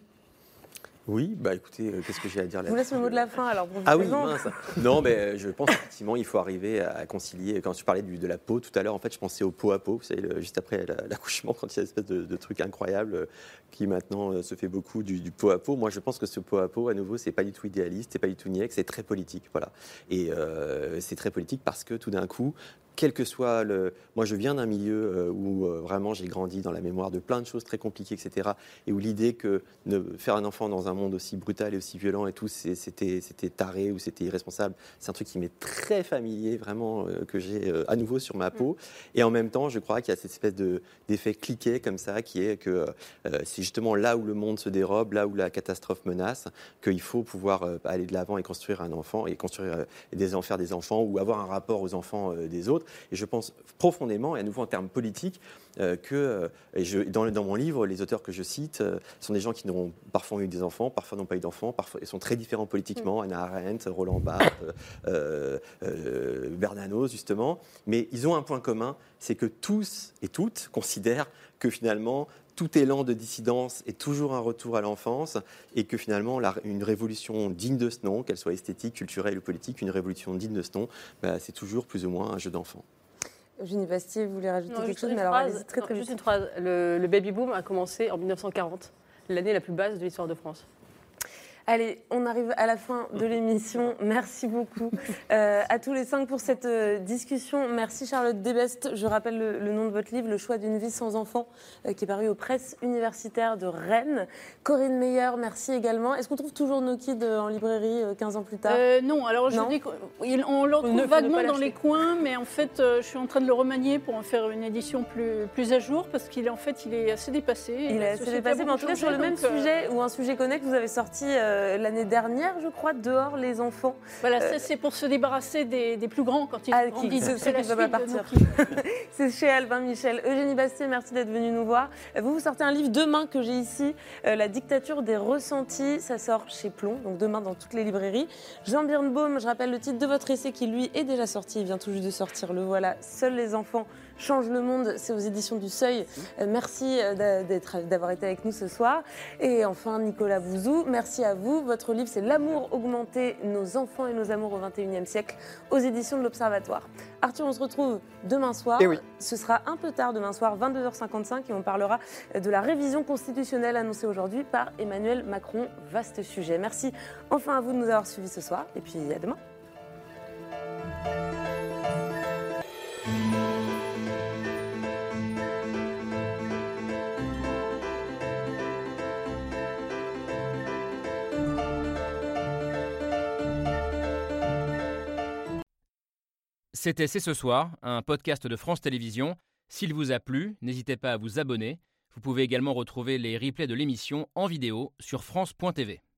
Speaker 19: Oui, écoutez, qu'est-ce que j'ai à dire là-dessus?
Speaker 2: Je vous laisse le mot de la fin, alors.
Speaker 19: Oui, mince. Non, mais je pense effectivement il faut arriver à concilier. Quand tu parlais de la peau tout à l'heure, en fait, je pensais au pot à peau, vous savez, juste après l'accouchement, quand il y a une espèce de truc incroyable qui maintenant se fait beaucoup du pot à peau. Moi, je pense que ce pot à peau, à nouveau, c'est pas du tout idéaliste, c'est pas du tout niais, c'est très politique, voilà. Et c'est très politique parce que tout d'un coup, quel que soit moi, je viens d'un milieu où vraiment j'ai grandi dans la mémoire de plein de choses très compliquées, etc. Et où l'idée que faire un enfant dans un monde aussi brutal et aussi violent et tout, c'était taré ou c'était irresponsable, c'est un truc qui m'est très familier, vraiment, que j'ai à nouveau sur ma peau. Et en même temps, je crois qu'il y a cette espèce d'effet cliquet comme ça, qui est que c'est justement là où le monde se dérobe, là où la catastrophe menace, qu'il faut pouvoir aller de l'avant et construire un enfant et construire faire des enfants ou avoir un rapport aux enfants des autres Et je pense profondément, et à nouveau en termes politiques, dans mon livre, les auteurs que je cite sont des gens qui n'ont parfois eu des enfants, parfois n'ont pas eu d'enfants, parfois ils sont très différents politiquement, Hannah Arendt, Roland Barthes, Bernanos justement, mais ils ont un point commun, c'est que tous et toutes considèrent que finalement tout élan de dissidence est toujours un retour à l'enfance et que finalement une révolution digne de ce nom, qu'elle soit esthétique, culturelle ou politique, une révolution digne de ce nom, c'est toujours plus ou moins un jeu d'enfant.
Speaker 2: Eugénie Bastier, vous voulez rajouter quelque chose, mais alors allez-y très vite.
Speaker 15: Juste une phrase. Le baby-boom a commencé en 1940, l'année la plus basse de l'histoire de France.
Speaker 2: Allez, on arrive à la fin de l'émission. Merci beaucoup à tous les 5 pour cette discussion. Merci Charlotte Desbestes. Je rappelle le nom de votre livre, Le choix d'une vie sans enfant, qui est paru aux Presses universitaires de Rennes. Corinne Meyer, merci également. Est-ce qu'on trouve toujours No Kid en librairie 15 ans plus tard?
Speaker 16: Non, alors je dis qu'on le retrouve vaguement dans les coins, mais en fait, je suis en train de le remanier pour en faire une édition plus à jour, parce qu'il est assez dépassé.
Speaker 2: Il est assez dépassé, mais en tout cas sur le même sujet, ou un sujet connexe, vous avez sorti l'année dernière, je crois, Dehors les enfants.
Speaker 16: Voilà, ça c'est pour se débarrasser des plus grands quand ils grandissent.
Speaker 2: C'est la suite de partir. C'est chez Albin Michel. Eugénie Bastier, merci d'être venue nous voir. Vous sortez un livre demain que j'ai ici, La dictature des ressentis. Ça sort chez Plomb, donc demain dans toutes les librairies. Jean Birnbaum, je rappelle le titre de votre essai qui lui est déjà sorti. Il vient tout juste de sortir. Le voilà. Seuls les enfants changent le monde. C'est aux éditions du Seuil. Merci d'avoir été avec nous ce soir. Et enfin, Nicolas Bouzou, merci à vous. Votre livre, c'est L'amour augmenté, nos enfants et nos amours au XXIe siècle, aux éditions de l'Observatoire. Arthur, on se retrouve demain soir.
Speaker 21: Et oui.
Speaker 2: Ce sera un peu tard demain soir, 22h55, et on parlera de la révision constitutionnelle annoncée aujourd'hui par Emmanuel Macron. Vaste sujet. Merci enfin à vous de nous avoir suivis ce soir, et puis à demain.
Speaker 1: C'était C'est ce soir, un podcast de France Télévisions. S'il vous a plu, n'hésitez pas à vous abonner. Vous pouvez également retrouver les replays de l'émission en vidéo sur France.tv.